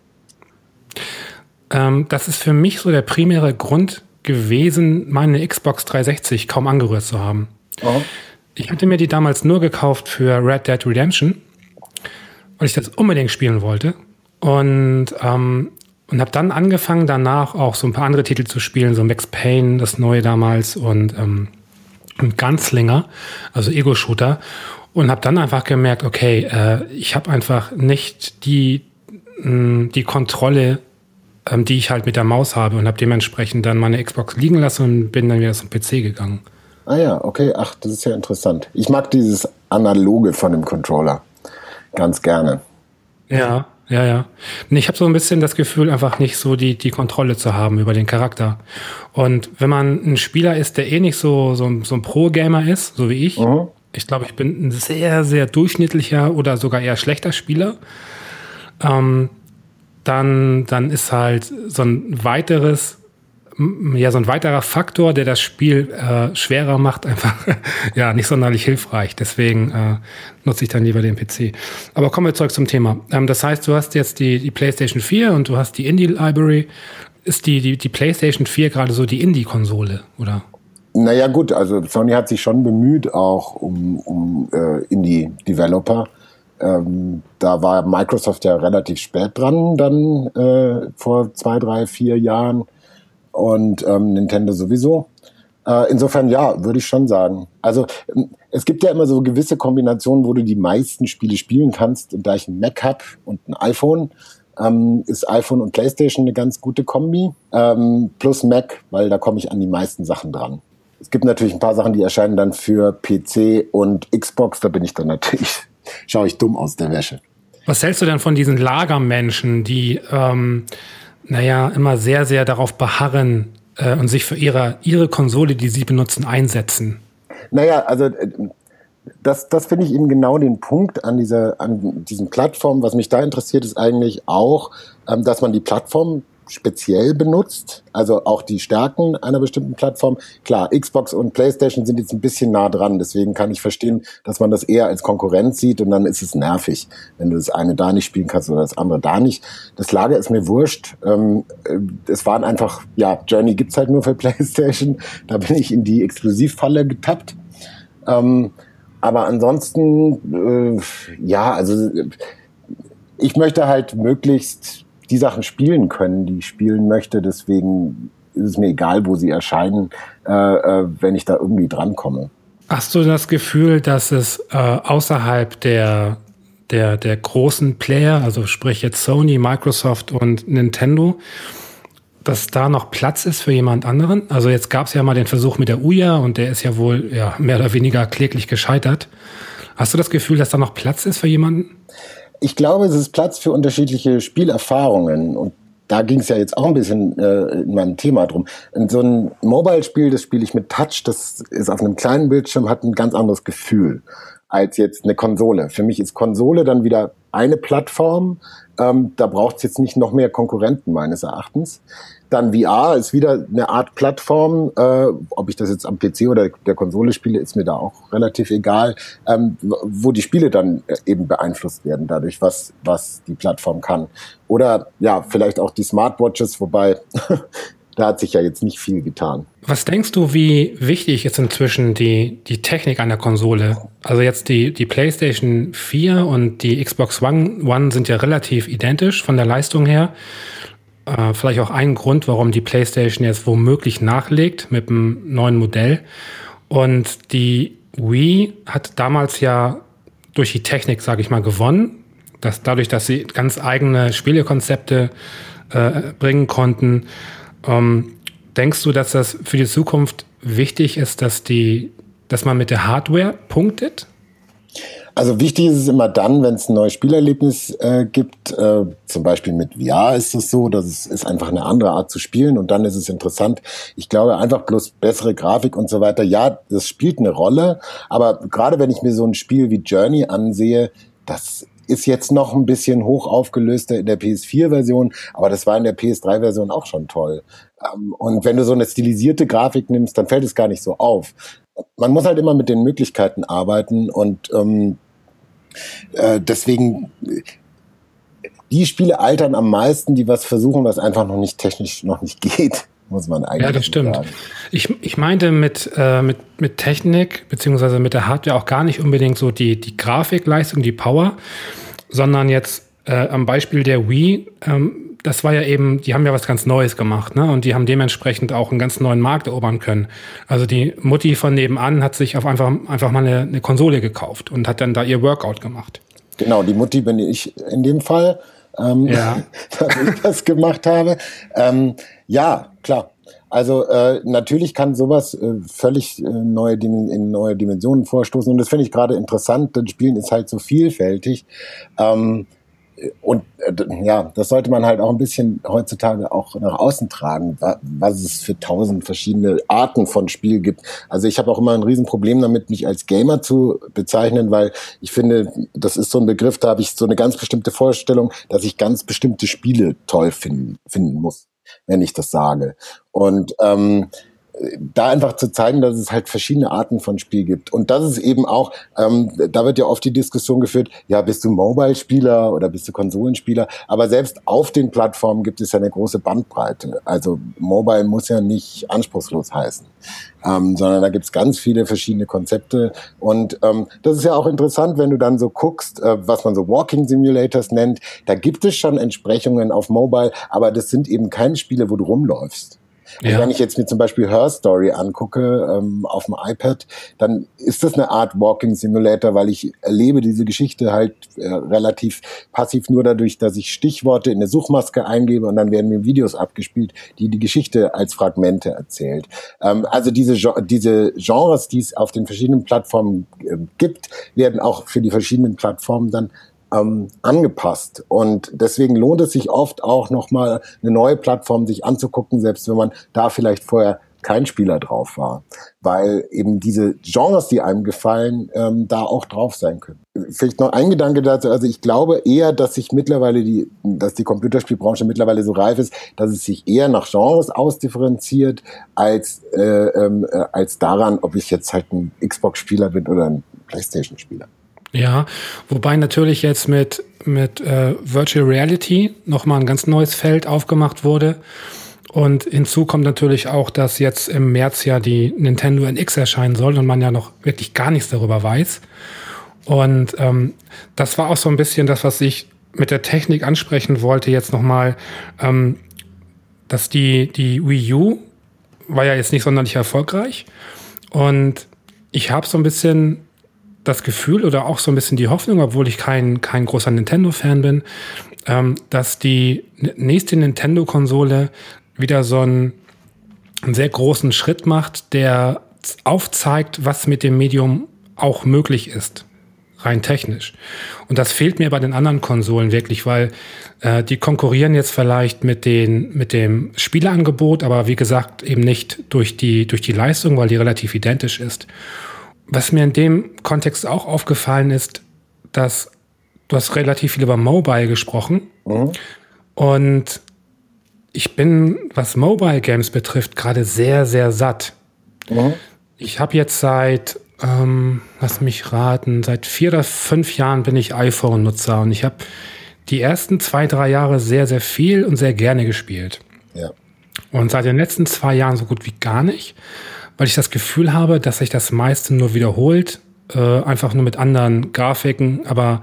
Ähm, das ist für mich so der primäre Grund gewesen, meine Xbox dreihundertsechzig kaum angerührt zu haben. Oh. Ich hatte mir die damals nur gekauft für Red Dead Redemption, weil ich das unbedingt spielen wollte. Und ähm, Und habe dann angefangen, danach auch so ein paar andere Titel zu spielen, so Max Payne, das neue damals, und, ähm, und Gunslinger, also Ego-Shooter. Und habe dann einfach gemerkt, okay, äh, ich habe einfach nicht die, mh, die Kontrolle, ähm, die ich halt mit der Maus habe, und habe dementsprechend dann meine Xbox liegen lassen und bin dann wieder zum P C gegangen. Ah ja, okay, ach, das ist ja interessant. Ich mag dieses Analoge von dem Controller ganz gerne. Ja. Ja, ja. Und ich habe so ein bisschen das Gefühl, einfach nicht so die, die Kontrolle zu haben über den Charakter. Und wenn man ein Spieler ist, der eh nicht so, so, so ein Pro-Gamer ist, so wie ich, mhm. ich glaube, ich bin ein sehr, sehr durchschnittlicher oder sogar eher schlechter Spieler, ähm, dann, dann ist halt so ein weiteres, ja, so ein weiterer Faktor, der das Spiel äh, schwerer macht, einfach ja nicht sonderlich hilfreich. Deswegen äh, nutze ich dann lieber den P C. Aber kommen wir zurück zum Thema. Ähm, das heißt, du hast jetzt die, die PlayStation vier und du hast die Indie-Library. Ist die, die, die PlayStation vier gerade so die Indie-Konsole, oder? Naja gut, also Sony hat sich schon bemüht auch um, um äh, Indie-Developer. Ähm, da war Microsoft ja relativ spät dran, dann äh, vor zwei, drei, vier Jahren. Und ähm, Nintendo sowieso. Äh, insofern ja, würde ich schon sagen. Also es gibt ja immer so gewisse Kombinationen, wo du die meisten Spiele spielen kannst. Und da ich ein Mac habe und ein iPhone, ähm, ist iPhone und PlayStation eine ganz gute Kombi. Ähm, plus Mac, weil da komme ich an die meisten Sachen dran. Es gibt natürlich ein paar Sachen, die erscheinen dann für P C und Xbox. Da bin ich dann natürlich, schaue ich dumm aus der Wäsche. Was hältst du denn von diesen Lagermenschen, die ähm naja, immer sehr, sehr darauf beharren äh, und sich für ihre, ihre Konsole, die sie benutzen, einsetzen? Naja, also das, das finde ich eben genau den Punkt an dieser, an diesen Plattformen. Was mich da interessiert, ist eigentlich auch, ähm, dass man die Plattform speziell benutzt, also auch die Stärken einer bestimmten Plattform. Klar, Xbox und PlayStation sind jetzt ein bisschen nah dran, deswegen kann ich verstehen, dass man das eher als Konkurrenz sieht, und dann ist es nervig, wenn du das eine da nicht spielen kannst oder das andere da nicht. Das Lager ist mir wurscht. Ähm, es waren einfach, ja, Journey gibt's halt nur für PlayStation, da bin ich in die Exklusivfalle getappt. Ähm, aber ansonsten, äh, ja, also ich möchte halt möglichst die Sachen spielen können, die ich spielen möchte. Deswegen ist es mir egal, wo sie erscheinen, äh, äh, wenn ich da irgendwie drankomme. Hast du das Gefühl, dass es äh, außerhalb der, der, der großen Player, also sprich jetzt Sony, Microsoft und Nintendo, dass da noch Platz ist für jemand anderen? Also jetzt gab es ja mal den Versuch mit der Ouya und der ist ja wohl ja, mehr oder weniger kläglich gescheitert. Hast du das Gefühl, dass da noch Platz ist für jemanden? Ich glaube, es ist Platz für unterschiedliche Spielerfahrungen, und da ging es ja jetzt auch ein bisschen äh, in meinem Thema drum. Und so ein Mobile-Spiel, das spiele ich mit Touch, das ist auf einem kleinen Bildschirm, hat ein ganz anderes Gefühl als jetzt eine Konsole. Für mich ist Konsole dann wieder eine Plattform, ähm, da braucht es jetzt nicht noch mehr Konkurrenten meines Erachtens. Dann V R ist wieder eine Art Plattform, äh, ob ich das jetzt am P C oder der Konsole spiele, ist mir da auch relativ egal, ähm, wo die Spiele dann eben beeinflusst werden dadurch, was was die Plattform kann. Oder ja, vielleicht auch die Smartwatches, wobei da hat sich ja jetzt nicht viel getan. Was denkst du, wie wichtig ist inzwischen die, die Technik an der Konsole? Also jetzt die, die PlayStation vier und die Xbox One, One sind ja relativ identisch von der Leistung her. Äh, vielleicht auch ein Grund, warum die PlayStation jetzt womöglich nachlegt mit einem neuen Modell. Und die Wii hat damals ja durch die Technik, sage ich mal, gewonnen. Dass dadurch, dass sie ganz eigene Spielekonzepte äh, bringen konnten. Ähm, denkst du, dass das für die Zukunft wichtig ist, dass die, dass man mit der Hardware punktet? Also wichtig ist es immer dann, wenn es ein neues Spielerlebnis äh, gibt. Äh, zum Beispiel mit V R ist es so, dass es ist einfach eine andere Art zu spielen, und dann ist es interessant. Ich glaube einfach bloß bessere Grafik und so weiter. Ja, das spielt eine Rolle, aber gerade wenn ich mir so ein Spiel wie Journey ansehe, das ist jetzt noch ein bisschen hoch aufgelöster in der P S vier Version, aber das war in der P S drei Version auch schon toll. Ähm, und wenn du so eine stilisierte Grafik nimmst, dann fällt es gar nicht so auf. Man muss halt immer mit den Möglichkeiten arbeiten, und ähm, äh, deswegen, die Spiele altern am meisten, die was versuchen, was einfach noch nicht technisch noch nicht geht, muss man eigentlich sagen. Ja, das stimmt. Sagen. Ich, ich meinte mit, äh, mit, mit Technik, beziehungsweise mit der Hardware auch gar nicht unbedingt so die, die Grafikleistung, die Power, sondern jetzt äh, am Beispiel der Wii, ähm, das war ja eben, die haben ja was ganz Neues gemacht, ne? Und die haben dementsprechend auch einen ganz neuen Markt erobern können. Also die Mutti von nebenan hat sich auf einfach, einfach mal eine, eine Konsole gekauft und hat dann da ihr Workout gemacht. Genau, die Mutti bin ich in dem Fall, ähm, ja. dass ich das gemacht habe. Ähm, ja, klar. Also äh, natürlich kann sowas äh, völlig äh, neue Dim- in neue Dimensionen vorstoßen. Und das finde ich gerade interessant, denn Spielen ist halt so vielfältig. Ähm, Und äh, ja, das sollte man halt auch ein bisschen heutzutage auch nach außen tragen, wa- was es für tausend verschiedene Arten von Spiel gibt. Also ich habe auch immer ein Riesenproblem damit, mich als Gamer zu bezeichnen, weil ich finde, das ist so ein Begriff, da habe ich so eine ganz bestimmte Vorstellung, dass ich ganz bestimmte Spiele toll finden, finden muss, wenn ich das sage. Und ähm, da einfach zu zeigen, dass es halt verschiedene Arten von Spiel gibt. Und das ist eben auch, ähm, da wird ja oft die Diskussion geführt, ja, bist du Mobile-Spieler oder bist du Konsolenspieler? Aber selbst auf den Plattformen gibt es ja eine große Bandbreite. Also Mobile muss ja nicht anspruchslos heißen, ähm, sondern da gibt es ganz viele verschiedene Konzepte. Und ähm, das ist ja auch interessant, wenn du dann so guckst, äh, was man so Walking Simulators nennt. Da gibt es schon Entsprechungen auf Mobile, aber das sind eben keine Spiele, wo du rumläufst. Also ja. Wenn ich jetzt mir zum Beispiel Her Story angucke ähm, auf dem iPad, dann ist das eine Art Walking Simulator, weil ich erlebe diese Geschichte halt äh, relativ passiv nur dadurch, dass ich Stichworte in eine Suchmaske eingebe und dann werden mir Videos abgespielt, die die Geschichte als Fragmente erzählt. Ähm, also diese, diese Genres, die es auf den verschiedenen Plattformen äh, gibt, werden auch für die verschiedenen Plattformen dann Ähm, angepasst. Und deswegen lohnt es sich oft auch nochmal eine neue Plattform sich anzugucken, selbst wenn man da vielleicht vorher kein Spieler drauf war. Weil eben diese Genres, die einem gefallen, ähm, da auch drauf sein können. Vielleicht noch ein Gedanke dazu. Also ich glaube eher, dass sich mittlerweile die, dass die Computerspielbranche mittlerweile so reif ist, dass es sich eher nach Genres ausdifferenziert, als, äh, ähm, äh, als daran, ob ich jetzt halt ein Xbox-Spieler bin oder ein PlayStation-Spieler. Ja, wobei natürlich jetzt mit, mit äh, Virtual Reality nochmal ein ganz neues Feld aufgemacht wurde. Und hinzu kommt natürlich auch, dass jetzt im März ja die Nintendo N X erscheinen soll und man ja noch wirklich gar nichts darüber weiß. Und ähm, das war auch so ein bisschen das, was ich mit der Technik ansprechen wollte jetzt nochmal, ähm, dass die, die Wii U war ja jetzt nicht sonderlich erfolgreich. Und ich habe so ein bisschen das Gefühl oder auch so ein bisschen die Hoffnung, obwohl ich kein, kein großer Nintendo-Fan bin, ähm, dass die nächste Nintendo-Konsole wieder so einen, einen sehr großen Schritt macht, der aufzeigt, was mit dem Medium auch möglich ist, rein technisch. Und das fehlt mir bei den anderen Konsolen wirklich, weil äh, die konkurrieren jetzt vielleicht mit den mit dem Spieleangebot, aber wie gesagt eben nicht durch die durch die Leistung, weil die relativ identisch ist. Was mir in dem Kontext auch aufgefallen ist, dass du hast relativ viel über Mobile gesprochen. Mhm. Und ich bin, was Mobile Games betrifft, gerade sehr, sehr satt. Mhm. Ich habe jetzt seit, ähm, lass mich raten, seit vier oder fünf Jahren bin ich iPhone-Nutzer. Und ich habe die ersten zwei, drei Jahre sehr, sehr viel und sehr gerne gespielt. Ja. Und seit den letzten zwei Jahren so gut wie gar nicht, weil ich das Gefühl habe, dass sich das meiste nur wiederholt, äh, einfach nur mit anderen Grafiken, aber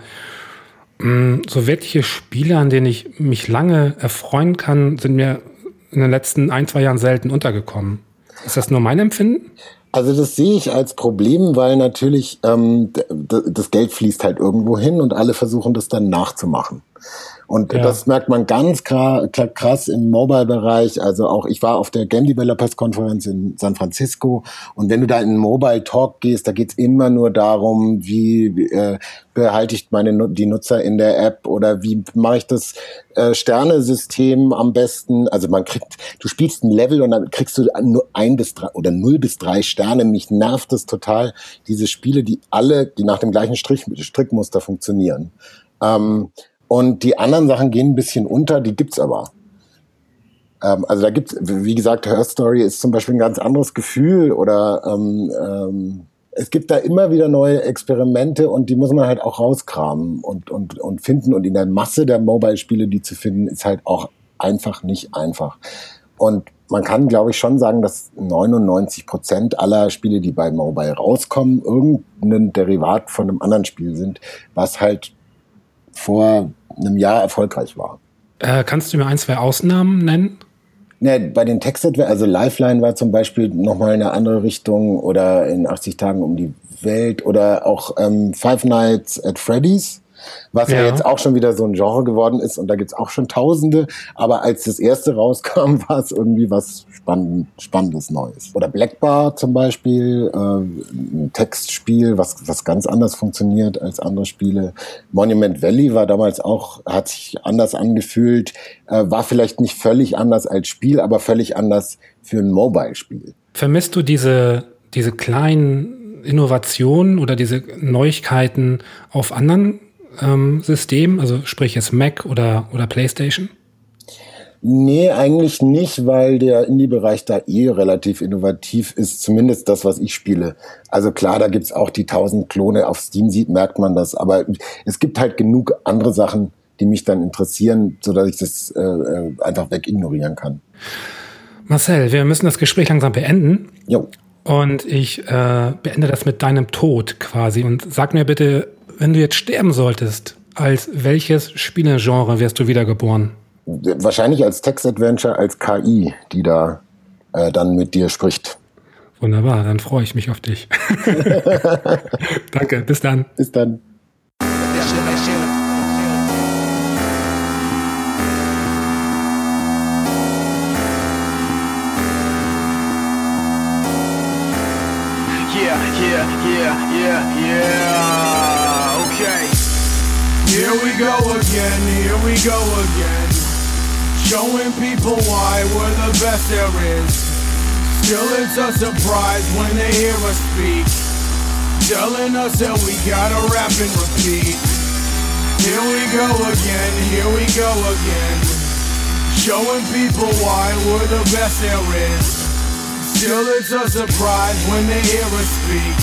mh, so wirkliche Spiele, an denen ich mich lange erfreuen kann, sind mir in den letzten ein, zwei Jahren selten untergekommen. Ist das nur mein Empfinden? Also das sehe ich als Problem, weil natürlich ähm, d- d- das Geld fließt halt irgendwo hin und alle versuchen das dann nachzumachen. Und ja. Das merkt man ganz krass im Mobile-Bereich. Also auch, ich war auf der Game Developers Konferenz in San Francisco und wenn du da in einen Mobile Talk gehst, da geht's immer nur darum, wie äh, behalte ich meine die Nutzer in der App oder wie mache ich das äh, Sternesystem am besten. Also man kriegt, du spielst ein Level und dann kriegst du nur ein bis drei oder null bis drei Sterne. Mich nervt das total, diese Spiele, die alle, die nach dem gleichen Strich, Strickmuster funktionieren. Ähm, Und die anderen Sachen gehen ein bisschen unter, die gibt's aber. Ähm, also da gibt's, wie gesagt, Her Story ist zum Beispiel ein ganz anderes Gefühl oder ähm, ähm, es gibt da immer wieder neue Experimente und die muss man halt auch rauskramen und, und, und finden. Und in der Masse der Mobile-Spiele, die zu finden, ist halt auch einfach nicht einfach. Und man kann, glaube ich, schon sagen, dass neunundneunzig Prozent aller Spiele, die bei Mobile rauskommen, irgendein Derivat von einem anderen Spiel sind, was halt vor einem Jahr erfolgreich war. Äh, kannst du mir ein, zwei Ausnahmen nennen? Ne, bei den Textadventure, also Lifeline war zum Beispiel nochmal in eine andere Richtung oder in achtzig Tagen um die Welt oder auch ähm, Five Nights at Freddy's, was ja. ja jetzt auch schon wieder so ein Genre geworden ist und da gibt's auch schon Tausende, aber als das erste rauskam, war es irgendwie was Spannend, Spannendes Neues. Oder Black Bar zum Beispiel, äh, ein Textspiel, was, was ganz anders funktioniert als andere Spiele. Monument Valley war damals auch, hat sich anders angefühlt, äh, war vielleicht nicht völlig anders als Spiel, aber völlig anders für ein Mobile-Spiel. Vermisst du diese, diese kleinen Innovationen oder diese Neuigkeiten auf anderen ähm, Systemen, also sprich jetzt Mac oder, oder PlayStation? Nee, eigentlich nicht, weil der Indie-Bereich da eh relativ innovativ ist, zumindest das, was ich spiele. Also klar, da gibt's auch die tausend Klone, auf Steam sieht, merkt man das, aber es gibt halt genug andere Sachen, die mich dann interessieren, sodass ich das äh, einfach wegignorieren kann. Marcel, wir müssen das Gespräch langsam beenden. Jo. Und ich äh, beende das mit deinem Tod quasi. Und sag mir bitte, wenn du jetzt sterben solltest, als welches Spielegenre wärst du wiedergeboren? Wahrscheinlich als Text-Adventure, als K I, die da äh, dann mit dir spricht. Wunderbar, dann freue ich mich auf dich. Danke, bis dann. Bis dann. Yeah, yeah, yeah, yeah, yeah, okay. Here we go again, here we go again. Showing people why we're the best there is. Still it's a surprise when they hear us speak. Telling us that we gotta rap and repeat. Here we go again, here we go again. Showing people why we're the best there is. Still it's a surprise when they hear us speak.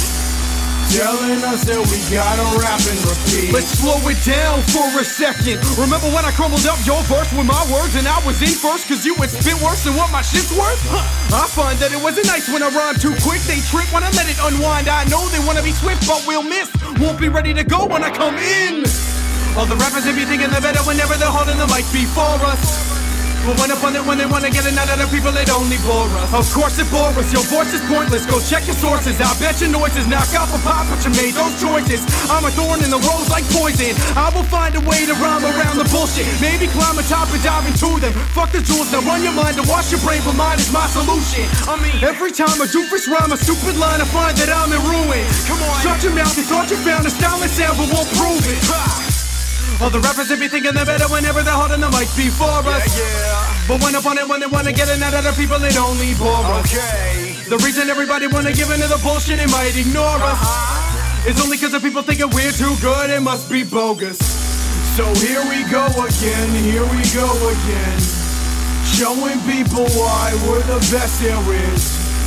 Telling us that we gotta rap and repeat. Let's slow it down for a second. Remember when I crumbled up your verse with my words and I was in first cause you would spit worse than what my shit's worth? Huh. I find that it wasn't nice when I rhyme too quick. They trip when I let it unwind. I know they wanna be swift but we'll miss. Won't be ready to go when I come in. All the rappers they be thinking they're better whenever they're holding the mic before us. Well, when upon it, when they wanna get it out of the people, it only bore us. Of course it bore us, your voice is pointless. Go check your sources, I bet your noises knock off a pop, but you made those choices. I'm a thorn in the rose like poison. I will find a way to rhyme around the bullshit. Maybe climb a top and dive into them. Fuck the jewels, now run your mind to wash your brain, but mine is my solution. I mean, every time a doofus rhyme a stupid line, I find that I'm in ruin. Come on, shut your mouth, you thought you found a style and sound, but won't prove it. Ha! All the rappers they be thinking they're better whenever they're holding the mic before us. Yeah, yeah. But when upon it, when they wanna get it out of the people, it only bore us. Okay. The reason everybody wanna give into the bullshit and might ignore us uh-huh. is only cause the people thinking we're too good, it must be bogus. So here we go again, here we go again. Showing people why we're the best there is.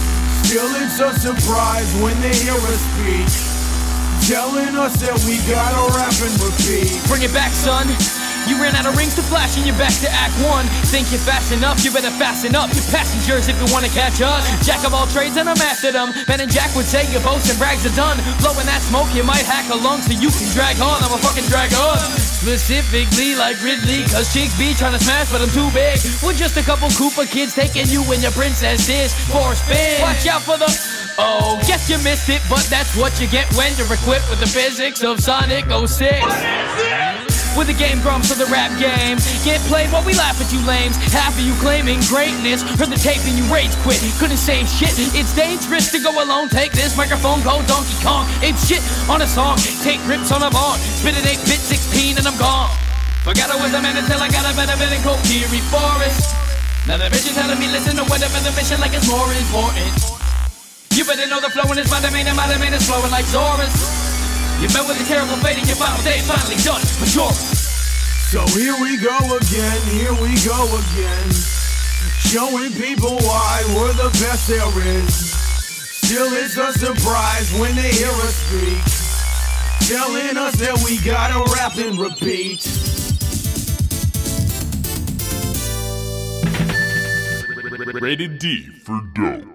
Still it's a surprise when they hear us speak. Telling us that we gotta rap and repeat. Bring it back, son. You ran out of rings to flash and you're back to act one. Think you're fast enough, you better fasten up your passengers if you wanna catch us. Jack of all trades and I mastered them. Ben and Jack would say your boasts and brags are done. Blowing that smoke, you might hack a lung so you can drag on. I'm a fucking drag on. Specifically like Ridley, cause chicks be trying to smash but I'm too big. We're just a couple Koopa kids taking you and your princess dish for a spin. Watch out for the... Oh, guess you missed it, but that's what you get when you're equipped with the physics of Sonic oh six. With the game grumps of the rap game. Get played while we laugh at you lames. Half of you claiming greatness. Heard the tape and you rage quit. Couldn't say shit. It's dangerous to go alone. Take this microphone, go Donkey Kong. Ape shit on a song. Take rips on a bar. Spit it eight bit sixteen and I'm gone. Forgot I was a man until I got a better bit in Kokiri Forest. Now the bitch is telling me listen to whatever the mission like it's more important. You better know the flow in this my domain and my domain is flowing like Taurus. You met with a terrible fate and your final day finally done for sure. So here we go again, here we go again. Showing people why we're the best there is. Still it's a surprise when they hear us speak. Telling us that we gotta rap and repeat. Rated D for dope.